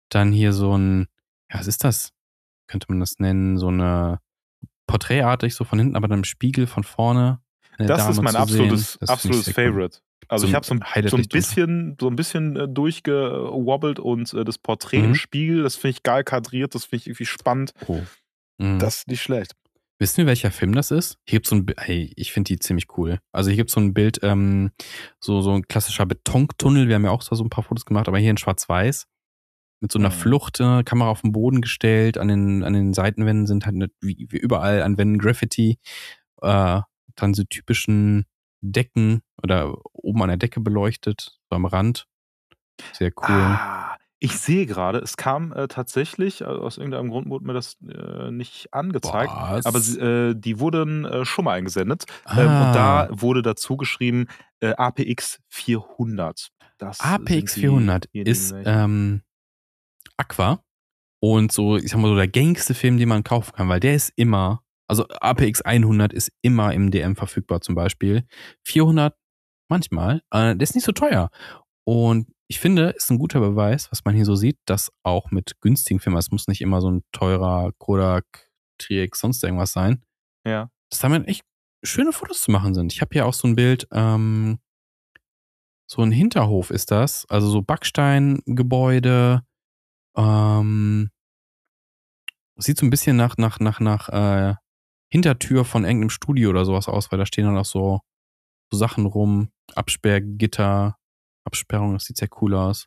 Dann hier so ein, ja, was ist das? Könnte man das nennen? So eine porträtartig, so von hinten, aber dann im Spiegel von vorne eine Das ist Dame mein zu sehen. absolutes, Das finde ich absolutes sehr cool. Favorite. Also So ich ein habe so ein, so ein Highlight-Licht drunter. bisschen, so ein bisschen äh, durchgewobbelt und äh, das Porträt im Mhm. Spiegel, das finde ich geil kadriert, das finde ich irgendwie spannend. Oh. Mhm. Das ist nicht schlecht. Wissen wir, welcher Film das ist? Hier gibt's so ein, Bi- hey, ich finde die ziemlich cool. Also hier gibt's so ein Bild, ähm, so, so ein klassischer Betontunnel. Wir haben ja auch so ein paar Fotos gemacht, aber hier in Schwarz-Weiß. Mit so einer Mhm. Flucht, äh, Kamera auf den Boden gestellt, an den, an den Seitenwänden sind halt ne, wie, wie überall an Wänden Graffiti, äh, dann so typischen Decken oder oben an der Decke beleuchtet, so am Rand. Sehr cool. Ah, ich sehe gerade, es kam äh, tatsächlich, äh, aus irgendeinem Grund wurde mir das äh, nicht angezeigt, aber Was? sie, äh, die wurden äh, schon mal eingesendet. Ähm, und da Ah, wurde dazu geschrieben äh, A P X vierhundert. Das sind APX vierhundert diejenigen ist welche. ähm, Aqua und so, ich sag mal so, der gängigste Film, den man kaufen kann, weil der ist immer, also A P X hundert ist immer im D M verfügbar zum Beispiel. vierhundert manchmal, äh, der ist nicht so teuer. Und ich finde, ist ein guter Beweis, was man hier so sieht, dass auch mit günstigen Filmen, es muss nicht immer so ein teurer Kodak Tri X sonst irgendwas sein, Ja. dass damit echt schöne Fotos zu machen sind. Ich habe hier auch so ein Bild, ähm, so ein Hinterhof ist das, also so Backsteingebäude, ähm, sieht so ein bisschen nach, nach, nach, nach äh, Hintertür von irgendeinem Studio oder sowas aus, weil da stehen dann auch so, so Sachen rum, Absperrgitter, Absperrung, das sieht sehr cool aus.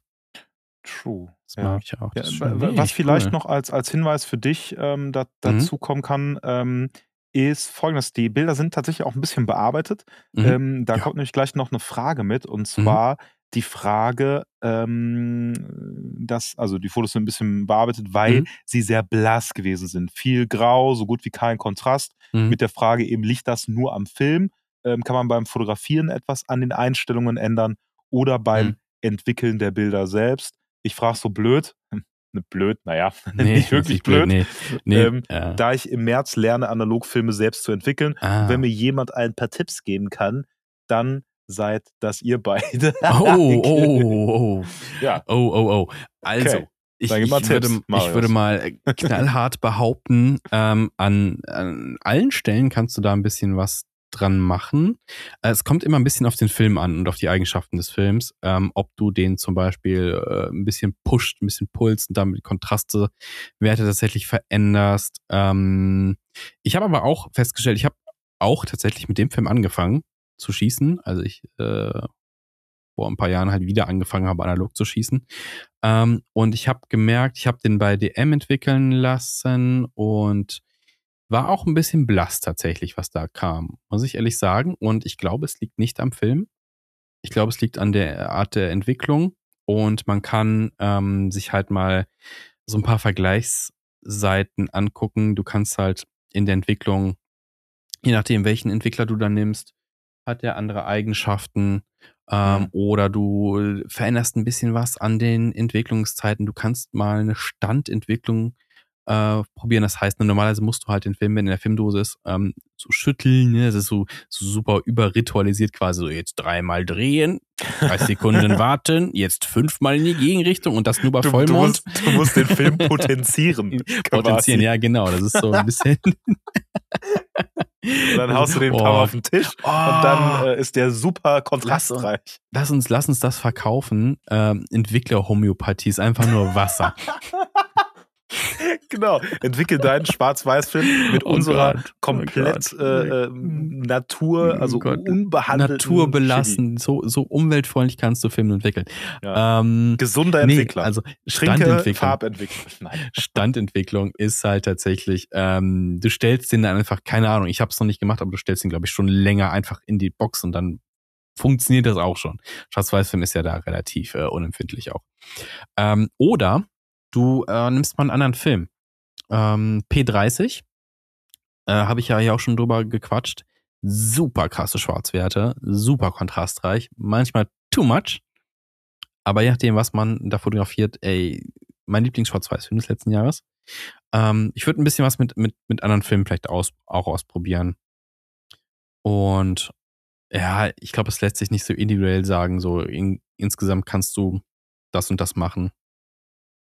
True. Das mag Ja. ich auch. Ja, Das ist wa- schon wa- was richtig vielleicht cool. noch als, als Hinweis für dich ähm, da, Mhm. dazu kommen kann, ähm, ist folgendes: Die Bilder sind tatsächlich auch ein bisschen bearbeitet. Mhm. Ähm, da Ja. kommt nämlich gleich noch eine Frage mit, und Mhm. zwar die Frage, ähm, dass, also die Fotos sind ein bisschen bearbeitet, weil Mhm. sie sehr blass gewesen sind. Viel Grau, so gut wie kein Kontrast. Mhm. Mit der Frage eben, liegt das nur am Film? Ähm, kann man beim Fotografieren etwas an den Einstellungen ändern oder beim Mhm. Entwickeln der Bilder selbst? Ich frage so blöd, hm, ne, blöd, naja, Nee, nicht ist wirklich nicht blöd. blöd, Nee. Nee. ähm, Äh, da ich im März lerne, Analogfilme selbst zu entwickeln. Und wenn ah. mir jemand ein paar Tipps geben kann, dann seid das ihr beide. Oh, Okay. oh, oh. Ja, Oh, oh, oh. okay. Also, ich, Dann gib mal ich, würde, Tipps, ich würde Marius. mal äh, knallhart behaupten, ähm, an, an allen Stellen kannst du da ein bisschen was dran machen. Äh, Es kommt immer ein bisschen auf den Film an und auf die Eigenschaften des Films, ähm, ob du den zum Beispiel äh, ein bisschen pusht, ein bisschen pulst und damit die Kontraste, Werte tatsächlich veränderst. Ähm, ich habe aber auch festgestellt, ich habe auch tatsächlich mit dem Film angefangen zu schießen. Also ich äh, vor ein paar Jahren halt wieder angefangen habe, analog zu schießen. Ähm, und ich habe gemerkt, ich habe den bei D M entwickeln lassen und war auch ein bisschen blass tatsächlich, was da kam, muss ich ehrlich sagen. Und ich glaube, es liegt nicht am Film. Ich glaube, es liegt an der Art der Entwicklung. Und man kann ähm, sich halt mal so ein paar Vergleichsseiten angucken. Du kannst halt in der Entwicklung, je nachdem, welchen Entwickler du dann nimmst, hat der andere Eigenschaften, ähm, Hm. oder du veränderst ein bisschen was an den Entwicklungszeiten. Du kannst mal eine Standentwicklung äh, probieren. Das heißt, ne, normalerweise musst du halt den Film, wenn in der Filmdose ist, ähm, so schütteln. Ne? Das ist so, so super überritualisiert quasi. So jetzt dreimal drehen, dreißig Sekunden warten, jetzt fünfmal in die Gegenrichtung und das nur bei Du, du, Vollmond. musst, du musst den Film potenzieren. Potenzieren, Quasi. ja genau. Das ist so ein bisschen. Und dann haust du den ein paar Mal Oh, auf den Tisch oh, und dann äh, ist der super lass, uns, kontrastreich. lass, uns, lass uns das verkaufen. Ähm, Entwickler-Homöopathie ist einfach nur Wasser. Genau, entwickel deinen Schwarz-Weiß-Film mit Oh unserer Gott, oh komplett Gott. äh, äh, Oh Natur, also Gott. unbehandelten Chemie. Naturbelassen, so, so umweltfreundlich kannst du Filme entwickeln. Ja. Ähm, Gesunder nee, Entwickler. also Trinke Standentwicklung. Farbentwicklung. Nein. Standentwicklung ist halt tatsächlich, ähm, du stellst den dann einfach, keine Ahnung, ich habe es noch nicht gemacht, aber du stellst den, glaube ich, schon länger einfach in die Box und dann funktioniert das auch schon. Schwarz-Weiß-Film ist ja da relativ äh, unempfindlich auch. Ähm, oder du äh, nimmst mal einen anderen Film. Ähm, P dreißig, äh, habe ich ja hier auch schon drüber gequatscht. Super krasse Schwarzwerte, super kontrastreich, manchmal too much. Aber je nachdem, was man da fotografiert, ey, mein Lieblings-Schwarz-Weiß-Film des letzten Jahres. Ähm, ich würde ein bisschen was mit, mit, mit anderen Filmen vielleicht aus, auch ausprobieren. Und ja, ich glaube, es lässt sich nicht so individuell sagen, so in, insgesamt kannst du das und das machen.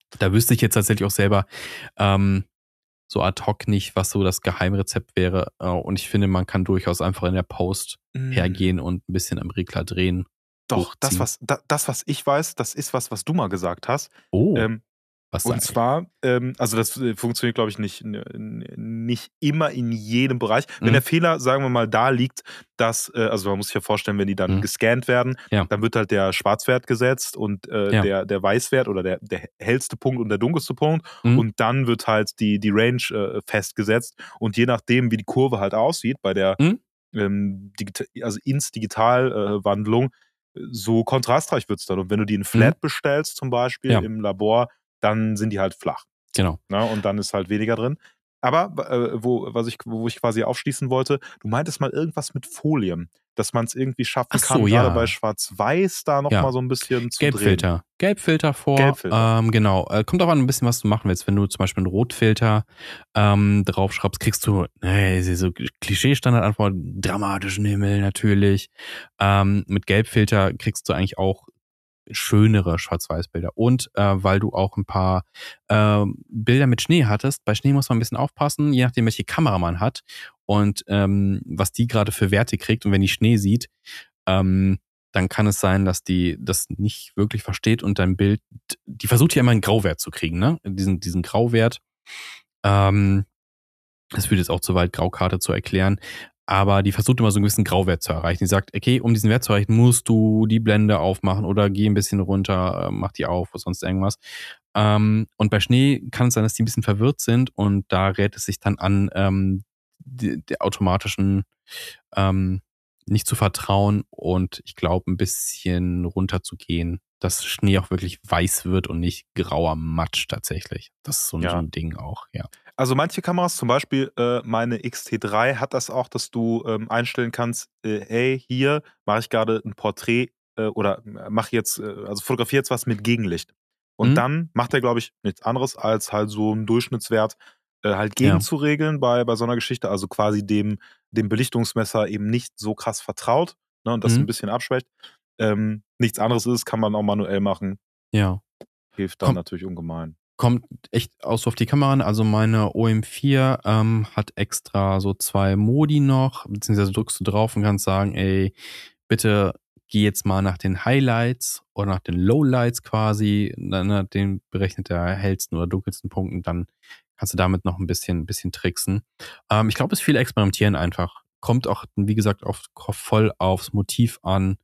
Da wüsste ich jetzt tatsächlich auch selber ähm, so ad hoc nicht, was so das Geheimrezept wäre. Äh, und ich finde, man kann durchaus einfach in der Post Mm. hergehen und ein bisschen am Regler drehen, Doch, das, hochziehen. was, da, das, was ich weiß, das ist was, was du mal gesagt hast. Oh, Ähm, was Und sag ich? zwar, ähm, also das äh, funktioniert, glaube ich, nicht, n- n- nicht immer in jedem Bereich. Wenn Mhm. der Fehler, sagen wir mal, da liegt, dass, äh, also man muss sich ja vorstellen, wenn die dann Mhm. gescannt werden, Ja, dann wird halt der Schwarzwert gesetzt und äh, ja. der, der Weißwert oder der, der hellste Punkt und der dunkelste Punkt. Mhm. Und dann wird halt die, die Range äh, festgesetzt. Und je nachdem, wie die Kurve halt aussieht, bei der Mhm. ähm, Digita also ins Digital äh, Wandlung, so kontrastreich wird's dann. Und wenn du die in Mhm. Flat bestellst, zum Beispiel Ja, im Labor, dann sind die halt flach. genau. Ne? Und dann ist halt weniger drin. Aber äh, wo, was ich, wo ich quasi aufschließen wollte, du meintest mal irgendwas mit Folien, dass man es irgendwie Ach schaffen so, kann, gerade bei ja. Schwarz-Weiß da nochmal Ja. so ein bisschen zu drehen. Gelbfilter. Gelbfilter vor, Gelbfilter. ähm, genau. Äh, kommt auch an ein bisschen, was du machen willst. Wenn du zum Beispiel einen Rotfilter ähm, draufschraubst, kriegst du, äh, so Klischee-Standardantwort, dramatischen Himmel natürlich. Ähm, mit Gelbfilter kriegst du eigentlich auch schönere Schwarz-Weiß-Bilder. Und äh, weil du auch ein paar ähm, Bilder mit Schnee hattest, bei Schnee muss man ein bisschen aufpassen, je nachdem, welche Kamera man hat und ähm, was die gerade für Werte kriegt. Und wenn die Schnee sieht, ähm, dann kann es sein, dass die das nicht wirklich versteht und dein Bild, die versucht ja immer einen Grauwert zu kriegen, ne? Diesen, diesen Grauwert. Ähm, das führt jetzt auch zu weit, Graukarte zu erklären. Aber die versucht immer so einen gewissen Grauwert zu erreichen. Die sagt, okay, um diesen Wert zu erreichen, musst du die Blende aufmachen oder geh ein bisschen runter, äh, mach die auf oder sonst irgendwas. Ähm, und bei Schnee kann es sein, dass die ein bisschen verwirrt sind und da rät es sich dann an, ähm, die, der automatischen ähm, nicht zu vertrauen und ich glaube, ein bisschen runterzugehen, dass Schnee auch wirklich weiß wird und nicht grauer Matsch tatsächlich. Das ist so ein, so Ja. ein Ding auch, ja. Also manche Kameras, zum Beispiel äh, meine X T drei, hat das auch, dass du ähm, einstellen kannst, äh, hey, hier mache ich gerade ein Porträt äh, oder mache jetzt, äh, also fotografiere jetzt was mit Gegenlicht. Und Mhm. dann macht er, glaube ich, nichts anderes, als halt so einen Durchschnittswert äh, halt Ja. gegenzuregeln bei, bei so einer Geschichte, also quasi dem, dem Belichtungsmesser eben nicht so krass vertraut, ne, und das ein Mhm. bisschen abschwächt. Ähm, nichts anderes ist, kann man auch manuell machen, Ja. hilft dann Komm, natürlich ungemein. kommt echt auch so auf die Kamera an. Also meine O M vier ähm, hat extra so zwei Modi noch, beziehungsweise drückst du drauf und kannst sagen, ey, bitte geh jetzt mal nach den Highlights oder nach den Lowlights quasi, dann ne, den berechnet der hellsten oder dunkelsten Punkten, dann kannst du damit noch ein bisschen, ein bisschen tricksen. Ähm, ich glaube, es ist viel Experimentieren einfach. Kommt auch, wie gesagt, auf, voll aufs Motiv an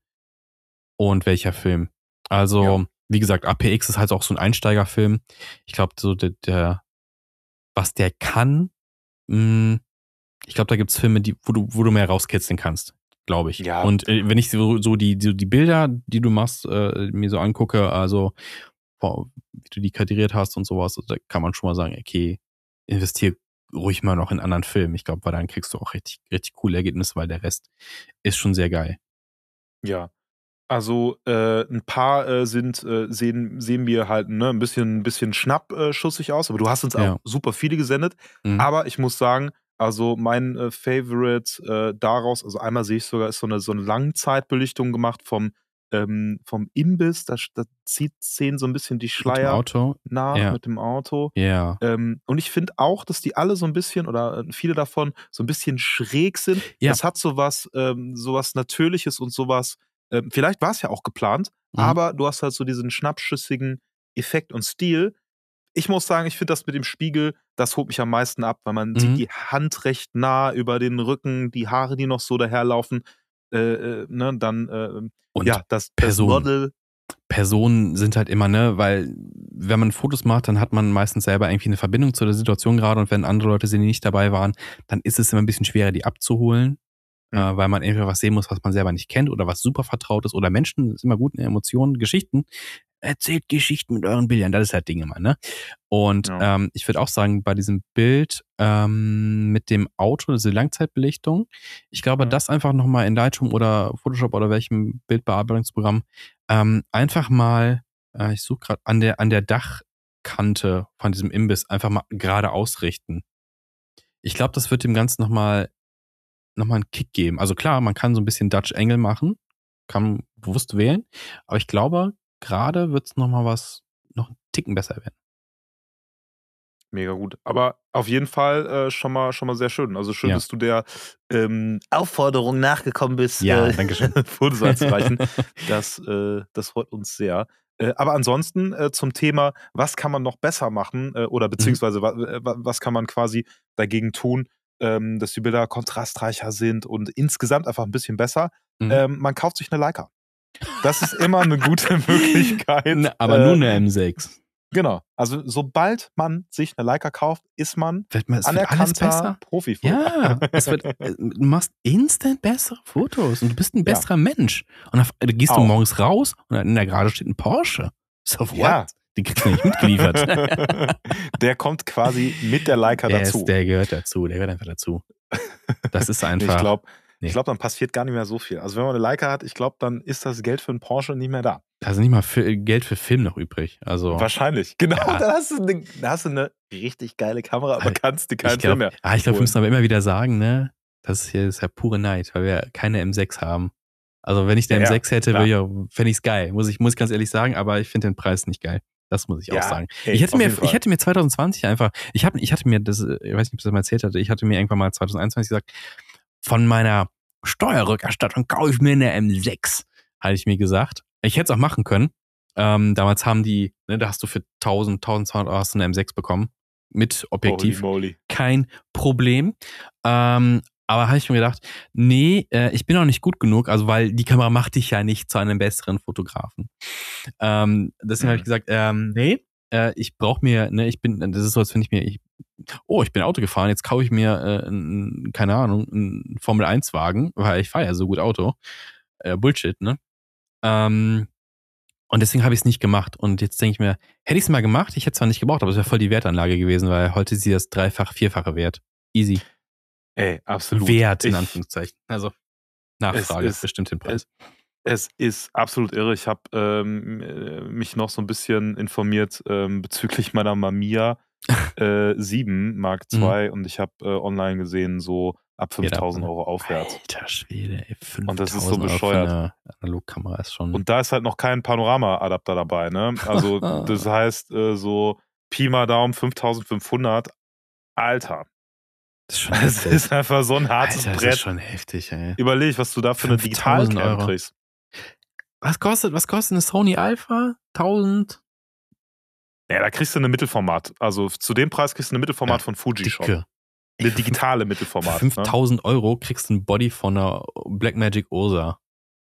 und welcher Film. Ja. Also, wie gesagt, A P X ist halt auch so ein Einsteigerfilm. Ich glaube, so der, der, was der kann, mh, ich glaube, da gibt's Filme, die, wo du, wo du mehr rauskitzeln kannst, glaube ich. Ja, Und äh, wenn ich so, so die, so die Bilder, die du machst, äh, mir so angucke, also boah, wie du die kadriert hast und sowas, da kann man schon mal sagen, okay, investier ruhig mal noch in anderen Filmen. Ich glaube, weil dann kriegst du auch richtig, richtig coole Ergebnisse, weil der Rest ist schon sehr geil. ja. Also, äh, 'n paar, äh, sind äh, sehen sehen mir halt, ne, 'n bisschen bisschen schnappschussig aus, aber du hast uns auch Ja. super viele gesendet. Mhm. Aber ich muss sagen, also, mein, äh, Favorite, äh, daraus, also, einmal sehe ich sogar, ist so 'ne so 'ne Langzeitbelichtung gemacht vom ähm, vom Imbiss. Da sch da zieht ziehen so 'n bisschen die Mit dem Schleier Auto. nach Ja. mit dem Auto. Ja. Ähm, und ich finde auch, dass die alle so 'n bisschen oder, äh, viele davon so 'n bisschen schräg sind. Ja. Das hat so was ähm, so was Natürliches und so was ähm, vielleicht war's ja auch geplant, Mhm. aber du hast halt so diesen schnappschüssigen Effekt und Stil. Ich muss sagen, ich finde das mit dem Spiegel, das holt mich am meisten ab, weil man sieht Mhm. die Hand recht nah über den Rücken, die Haare, die noch so daherlaufen. Äh, äh, ne, dann, ähm, Und ja, das das Personen. Model. Personen sind halt immer, ne, weil wenn man Fotos macht, dann hat man meistens selber irgendwie eine Verbindung zu der Situation gerade und wenn andere Leute sind, die nicht dabei waren, dann ist es immer ein bisschen schwerer, die abzuholen, Hm, äh, weil man entweder was sehen muss, was man selber nicht kennt oder was super vertraut ist oder Menschen ist immer gut in Emotionen, Geschichten. Erzählt Geschichten mit euren Bildern, das ist halt Ding immer, ne? Und ja, ähm, ich würde auch sagen, bei diesem Bild ähm, mit dem Auto, diese Langzeitbelichtung, ich glaube, ja, das einfach nochmal in Lightroom oder Photoshop oder welchem Bildbearbeitungsprogramm ähm, einfach mal, äh, ich suche gerade, an der, an der Dachkante von diesem Imbiss einfach mal gerade ausrichten. Ich glaube, das wird dem Ganzen nochmal noch mal einen Kick geben. Also klar, man kann so ein bisschen Dutch Angle machen, kann bewusst wählen, aber ich glaube, gerade wird's noch mal was noch 'n Ticken besser werden. Mega gut. Aber auf jeden Fall äh, schon mal schon mal sehr schön. Also schön, Ja. dass du der ähm, Aufforderung nachgekommen bist, Ja, äh, danke schön. Fotos einzureichen. Das, äh, das freut uns sehr. Äh, aber ansonsten äh, zum Thema, was kann man noch besser machen äh, oder Mhm. beziehungsweise wa wa was kann man quasi dagegen tun, ähm, dass die Bilder kontrastreicher sind und insgesamt einfach ein bisschen besser. Mhm. Ähm, man kauft sich eine Leica. Das ist immer eine gute Möglichkeit. Na, aber nur äh, eine M sechs. Genau. Also sobald man sich eine Leica kauft, ist man Wird man, es wird alles anerkannter besser. Profifotograf. Ja, es wird, äh, du machst instant bessere Fotos und du bist ein Ja. besserer Mensch. Und auf, dann gehst du Auch. morgens raus und in der Gerade steht ein Porsche. So what? Ja. Den kriegst du nicht mitgeliefert. Der kommt quasi mit der Leica Der, dazu. ist, der gehört dazu, der gehört einfach dazu. Das ist Nee, einfach. ich glaube, nee. ich glaub, dann passiert gar nicht mehr so viel. Also wenn man eine Leica hat, ich glaube, dann ist das Geld für einen Porsche nicht mehr da. Da ist nicht mal für, Geld für Film noch übrig. Also, Wahrscheinlich. Genau, Ja. dann hast du, eine, dann hast du eine richtig geile Kamera, aber Also, kannst dir ich keinen Film glaube, mehr ah, ich glaub, wir holen. müssen aber immer wieder sagen, ne, das hier ist ja pure Neid, weil wir keine M sechs haben. Also wenn ich eine Ja, M sechs hätte, klar. fände ich es geil. Muss ich, muss ich ganz ehrlich sagen, aber ich finde den Preis nicht geil. Das muss ich Ja, auch sagen. ey, ich, hätte auf mir, jeden Fall. ich hätte mir zwanzig zwanzig einfach, ich, hab, ich hatte mir, das, ich weiß nicht, ob ich das mal erzählt hatte, ich hatte mir irgendwann mal zwanzig einundzwanzig gesagt, von meiner Steuerrückerstattung kaufe ich mir eine M sechs, hatte ich mir gesagt. Ich hätte es auch machen können. Ähm, damals haben die, ne, da hast du für tausend, tausendzweihundert Euro hast du eine M sechs bekommen. Mit Objektiv. Holy moly. Kein Problem. Ähm, aber habe ich mir gedacht, nee, äh, ich bin auch nicht gut genug, also weil die Kamera macht dich ja nicht zu einem besseren Fotografen. Ähm, deswegen Mhm. habe ich gesagt, ähm, nee, äh, ich brauche mir, ne, ich bin, das ist so, als wenn ich mir, ich, oh, ich bin Auto gefahren, jetzt kaufe ich mir, äh, ein, keine Ahnung, einen Formel eins Wagen, weil ich fahre ja so gut Auto. Äh, Bullshit, ne? Ähm, und deswegen habe ich es nicht gemacht. Und jetzt denke ich mir, hätte ich es mal gemacht, ich hätte es zwar nicht gebraucht, aber es wäre voll die Wertanlage gewesen, weil heute ist sie das dreifach, vierfache Wert. Easy. Ey, absolut. Wert, in Ich- Anführungszeichen. Also Nachfrage, Es ist- bestimmt den Preis. Es ist absolut irre. Ich habe ähm, äh, mich noch so ein bisschen informiert ähm, bezüglich meiner Mamiya äh, sieben Mark zwei und ich habe äh, online gesehen, so ab fünftausend Euro aufwärts. Alter Schwede, ey, Und das ist so fünftausend Euro für bescheuert. eine Analogkamera ist schon. Und da ist halt noch kein Panorama-Adapter dabei, ne? Also das heißt äh, so Pi mal Daumen fünftausendfünfhundert. Alter, das ist schon das heftig. ist einfach so ein hartes Alter, das Brett. ist schon heftig, ey. Überleg, was du da für eine fünftausend Digitalcam Euro. kriegst. Was kostet, was kostet eine Sony Alpha? tausend? Ja, da kriegst du eine Mittelformat. Also zu dem Preis kriegst du eine Mittelformat Ja, von Fuji schon. Dicke. Eine Ey, digitale Für Mittelformat. Ne? fünftausend Euro kriegst du ein Body von einer Blackmagic Ursa.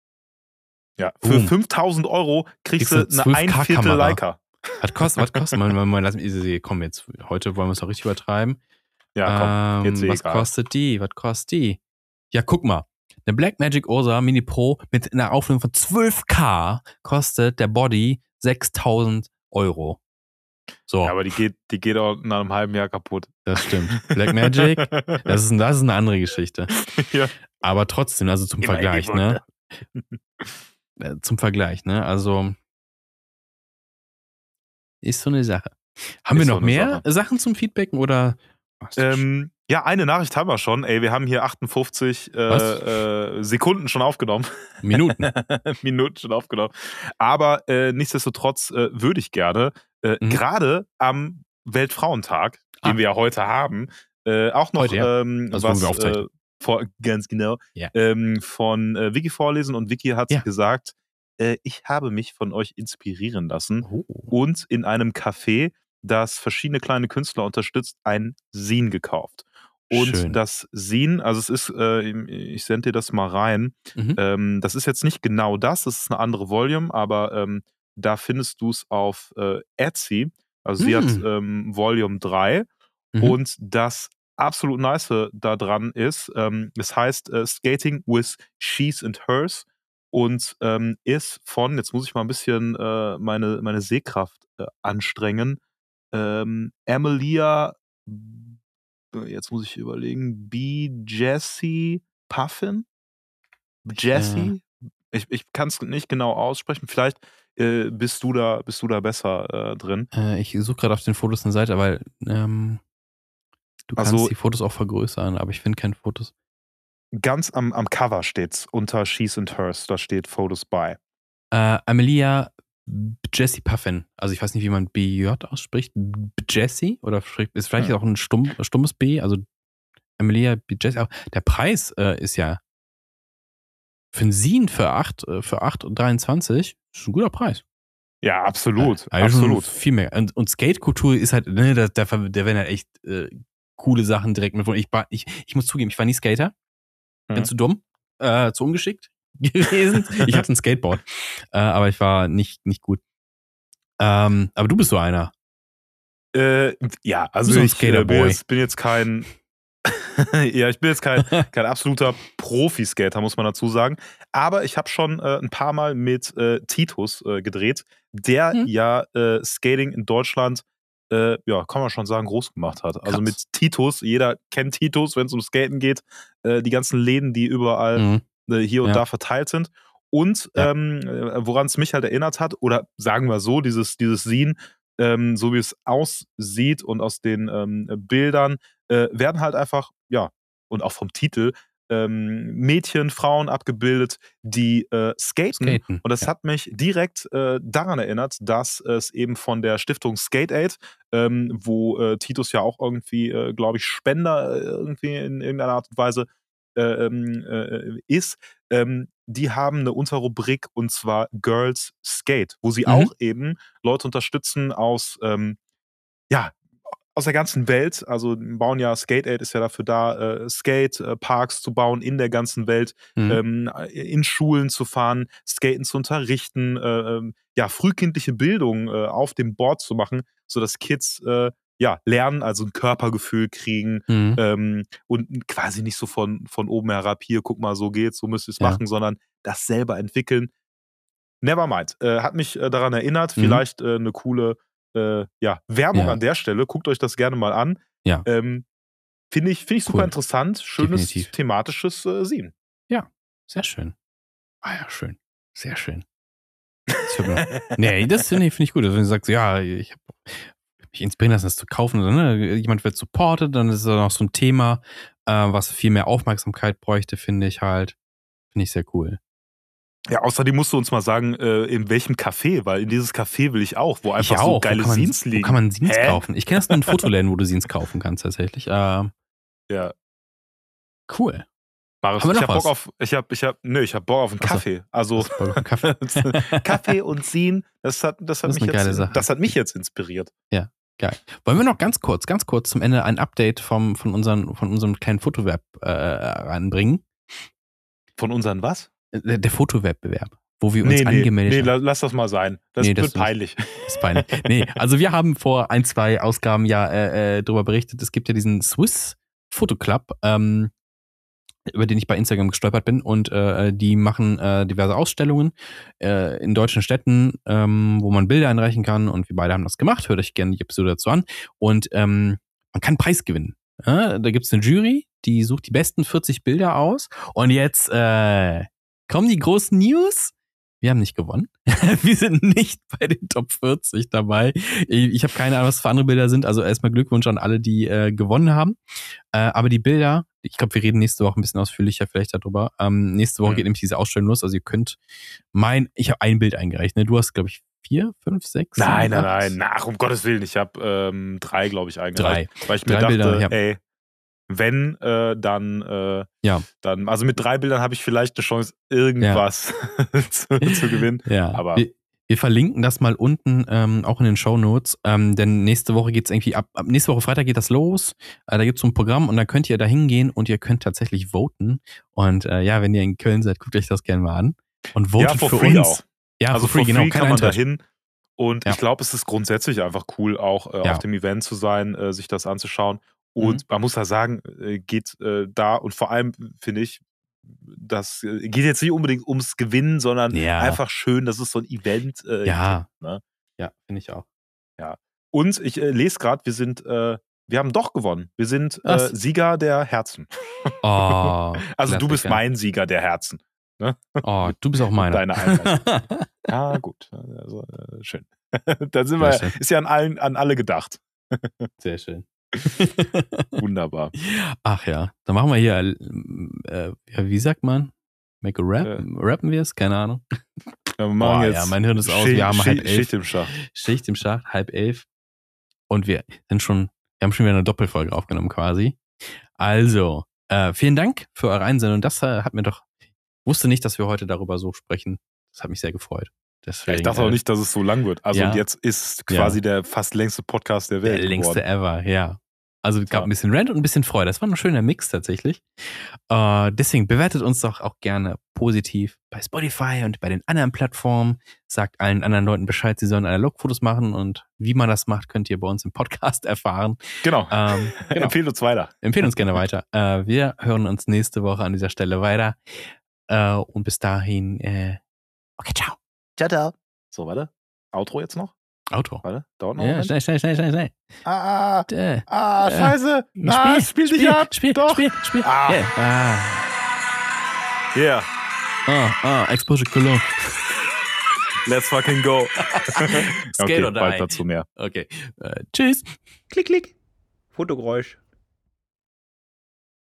Ja, für Boom. fünftausend Euro kriegst, Kriegst du du eine ein zwölf K Viertel Kamera. Leica. Was kostet, was kostet, man, man, man, lass mich, komm jetzt, heute wollen wir es doch richtig übertreiben. Ja, komm, ähm, jetzt eh was egal. kostet die? Was kostet die? Ja, guck mal. Eine Blackmagic Ursa Mini Pro mit einer Auflösung von zwölf K kostet der Body sechstausend Euro. So, Ja, aber die geht, die geht auch nach einem halben Jahr kaputt. das stimmt. Blackmagic, das ist, das ist eine andere Geschichte. Ja. Aber trotzdem, also zum Immer in die Vergleich, ne? Äh, Zum Vergleich, ne? Also ist so eine Sache. Haben Ist wir so noch eine mehr Sache. Sachen zum Feedbacken oder? Ach, so Ähm, ja, eine Nachricht haben wir schon. Ey, wir haben hier achtundfünfzig Was? äh, äh, Sekunden schon aufgenommen. Minuten. Minuten schon aufgenommen. Aber äh, nichtsdestotrotz äh, würde ich gerne, äh, Mhm. gerade am Weltfrauentag, den Ah. wir ja heute haben, äh, auch noch Heute, ja. ähm, Also, wo was wir aufzeichnen. äh, vor, ganz genau Ja. ähm, von äh, Vicky vorlesen. Und Vicky hat Ja. gesagt, äh, ich habe mich von euch inspirieren lassen Oh. und in einem Café, das verschiedene kleine Künstler unterstützt, ein Zine gekauft. Und Schön. das Zine, also es ist, äh, ich sende dir das mal rein, Mhm. ähm, das ist jetzt nicht genau das, das ist eine andere Volume, aber ähm, da findest du es auf äh, Etsy. Also sie hat Hm. ähm, Volume drei Mhm. und das absolut nice da dran ist, ähm, es heißt äh, Skating with She's and Hers und ähm, ist von, jetzt muss ich mal ein bisschen äh, meine, meine Sehkraft äh, anstrengen, ähm, Amelia, jetzt muss ich überlegen, B. Jessie Puffin? Jessie? Ich, ich kann es nicht genau aussprechen. Vielleicht äh, bist du da, bist du da besser äh, drin. Äh, ich suche gerade auf den Fotos eine Seite, weil ähm, du kannst Also die Fotos auch vergrößern, aber ich finde keine Fotos. ganz am, am Cover steht's unter She's and Hers. Da steht Photos by. Äh, Amelia Jesse Puffin. Also ich weiß nicht, wie man B J ausspricht. Jesse? Oder ist vielleicht Hm. auch ein stumm, stummes B? Also Emilia Jesse. Aber der Preis äh, ist ja für ein Scene für acht, für acht und dreiundzwanzig ist ein guter Preis. Ja, absolut. Also absolut. Viel mehr. Und, und Skate-Kultur ist halt, ne, da, da, da werden halt echt äh, coole Sachen direkt mit. Ich, ich, ich muss zugeben, ich war nie Skater. Bin Hm. zu dumm, äh, zu ungeschickt gewesen. Ich hatte ein Skateboard, äh, aber ich war nicht, nicht gut. Ähm, aber du bist so einer. Äh, ja, also ich äh, bin, jetzt, bin jetzt kein ja, ich bin jetzt kein, kein absoluter Profi-Skater, muss man dazu sagen. Aber ich habe schon äh, ein paar Mal mit äh, Titus äh, gedreht, der hm. ja äh, Skating in Deutschland, äh, ja, kann man schon sagen, groß gemacht hat. Also Krass. Mit Titus, jeder kennt Titus, wenn es um Skaten geht, äh, die ganzen Läden, die überall mhm. äh, hier und ja. da verteilt sind. Und ja. ähm, woran es mich halt erinnert hat, oder sagen wir so, dieses, dieses Scene, ähm, so wie es aussieht und aus den ähm, Bildern, äh, werden halt einfach, ja, und auch vom Titel, ähm, Mädchen, Frauen abgebildet, die äh, skaten. skaten. Und das ja. hat mich direkt äh, daran erinnert, dass es eben von der Stiftung Skate Aid, ähm, wo äh, Titus ja auch irgendwie, äh, glaube ich, Spender äh, irgendwie in irgendeiner Art und Weise äh, äh, ist, ähm, die haben eine Unterrubrik, und zwar Girls Skate, wo sie mhm. auch eben Leute unterstützen aus, ähm, ja, aus der ganzen Welt. Also bauen ja, Skate Aid ist ja dafür da, äh, Skate-Parks zu bauen in der ganzen Welt, mhm. ähm, in Schulen zu fahren, Skaten zu unterrichten, äh, ähm, ja, frühkindliche Bildung äh, auf dem Board zu machen, sodass Kids äh, ja, lernen, also ein Körpergefühl kriegen mhm. ähm, und quasi nicht so von, von oben herab, hier, guck mal, so geht's, so müsst ihr es ja. machen, sondern das selber entwickeln. Nevermind. Äh, hat mich äh, daran erinnert, mhm. vielleicht äh, eine coole äh, ja, Werbung ja. an der Stelle. Guckt euch das gerne mal an. Ja. Ähm, Finde ich, find ich super cool. interessant. Schönes Definitiv. thematisches äh, Scene. Ja, sehr schön. Ah ja, schön. Sehr schön. nee, das finde ich, find ich gut. Also, wenn du sagst, ja, ich habe mich inspirieren lassen, das zu kaufen. Oder, ne? Jemand wird supported, dann ist es noch so ein Thema, äh, was viel mehr Aufmerksamkeit bräuchte, finde ich halt. Finde ich sehr cool. Ja, außerdem musst du uns mal sagen, äh, in welchem Café, weil in dieses Café will ich auch, wo einfach ich so auch. geile Scenes liegen. Wo kann man Scenes kaufen? Ich kenne das nur in Fotoläden, wo du Scenes kaufen kannst, tatsächlich. Äh, ja. Cool. Marius, ich hab Bock auf, ich hab, ich hab, nö, ich hab Bock auf einen Kaffee. Also, Kaffee. Kaffee und Scene, das hat, das hat das mich jetzt, das hat mich jetzt inspiriert. Ja, geil. Wollen wir noch ganz kurz, ganz kurz zum Ende ein Update vom, von, unseren, von unserem kleinen Fotoweb äh, ranbringen? Von unseren was? Der, der Fotowettbewerb, wo wir uns nee, nee, angemeldet nee, haben. Nee, lass das mal sein. Das nee, wird das peinlich. Das ist peinlich. Nee, also wir haben vor ein, zwei Ausgaben ja äh, äh, darüber berichtet, es gibt ja diesen Swiss Photo Club, ähm, über den ich bei Instagram gestolpert bin, und äh, die machen äh, diverse Ausstellungen äh, in deutschen Städten, ähm, wo man Bilder einreichen kann, und wir beide haben das gemacht. Hört euch gerne die Episode dazu an. Und ähm, man kann einen Preis gewinnen. Ja, da gibt es eine Jury, die sucht die besten vierzig Bilder aus, und jetzt äh, kommen die großen News. Wir haben nicht gewonnen. Wir sind nicht bei den Top vierzig dabei. Ich, ich habe keine Ahnung, was für andere Bilder sind. Also erstmal Glückwunsch an alle, die äh, gewonnen haben. Äh, aber die Bilder, ich glaube, wir reden nächste Woche ein bisschen ausführlicher vielleicht darüber. Ähm, nächste Woche mhm. geht nämlich diese Ausstellung los. Also ihr könnt mein, ich habe ein Bild eingereicht. Ne? Du hast, glaube ich, vier, fünf, sechs? Nein, nein, nein. Nach, um Gottes Willen. Ich habe ähm, drei, glaube ich, eingereicht. Drei. Weil ich drei mir dachte, Bilder, ja. ey, wenn, äh, dann, äh, ja. dann, also mit drei Bildern habe ich vielleicht eine Chance, irgendwas ja. zu, zu gewinnen. Ja. Aber wir, wir verlinken das mal unten, ähm, auch in den Shownotes, ähm, denn nächste Woche geht es irgendwie ab, ab, nächste Woche Freitag geht das los, äh, da gibt es so ein Programm, und dann könnt ihr da hingehen und ihr könnt tatsächlich voten, und äh, ja, wenn ihr in Köln seid, guckt euch das gerne mal an und votet ja, für free uns. Auch. Ja, also for free, free genau, kann man Eintritt. da hin. Und ja. ich glaube, es ist grundsätzlich einfach cool, auch äh, ja. auf dem Event zu sein, äh, sich das anzuschauen. Und mhm. man muss da sagen, äh, geht äh, da, und vor allem finde ich, das äh, geht jetzt nicht unbedingt ums Gewinnen, sondern ja. einfach schön, dass es so ein Event äh, ja. gibt. Ne? Ja, finde ich auch. Ja. Und ich äh, lese gerade, wir sind, äh, wir haben doch gewonnen. Wir sind äh, Sieger der Herzen. Oh, also du bist mein Sieger der Herzen. Ne? Oh, du bist auch meiner. Deine Einheit. Ja, gut. Also, äh, schön. Dann sind wir, ist ja an, allen, an alle gedacht. Sehr schön. Wunderbar. Ach ja, dann machen wir hier, äh, wie sagt man? Make a Rap? Äh, Rappen wir es? Keine Ahnung. Ja, wir machen Boah, jetzt ja, mein Hirn ist aus. Schicht, Wir haben halb Schicht, elf. Schicht im Schacht. Schicht im Schacht, halb elf. Und wir sind schon, wir haben schon wieder eine Doppelfolge aufgenommen quasi. Also, äh, vielen Dank für eure Einsendung. Das äh, hat mir doch, wusste nicht, dass wir heute darüber so sprechen. Das hat mich sehr gefreut. Deswegen, Ja, ich dachte auch äh, nicht, dass es so lang wird. Also ja. jetzt ist quasi Ja. der fast längste Podcast der Der Welt längste geworden. ever, ja. Also es gab Ja. ein bisschen Rant und ein bisschen Freude. Das war ein schöner Mix tatsächlich. Äh, deswegen bewertet uns doch auch gerne positiv bei Spotify und bei den anderen Plattformen. Sagt allen anderen Leuten Bescheid, sie sollen Analogfotos machen. Und wie man das macht, könnt ihr bei uns im Podcast erfahren. Genau. Ähm, genau. Empfehlt uns weiter. Empfehlen uns gerne weiter. Äh, wir hören uns nächste Woche an dieser Stelle weiter. Äh, und bis dahin, äh, okay, ciao. Ciao, ciao. So, warte. Outro jetzt noch? Outro. Warte, dauert noch einen Ja, Moment. schnell, schnell, schnell, schnell, schnell. Ah, ah, Äh, ah, äh, scheiße. Ah, spiel, dich spiel, ab. Spiel, Doch. Spiel, Spiel. Ah. Yeah. Ah. Yeah. Ah, ah, Exposure Cologne. Let's fucking go. Skate Okay, or die. bald dazu mehr. Okay. Äh, tschüss. Klick, klick. Fotogeräusch.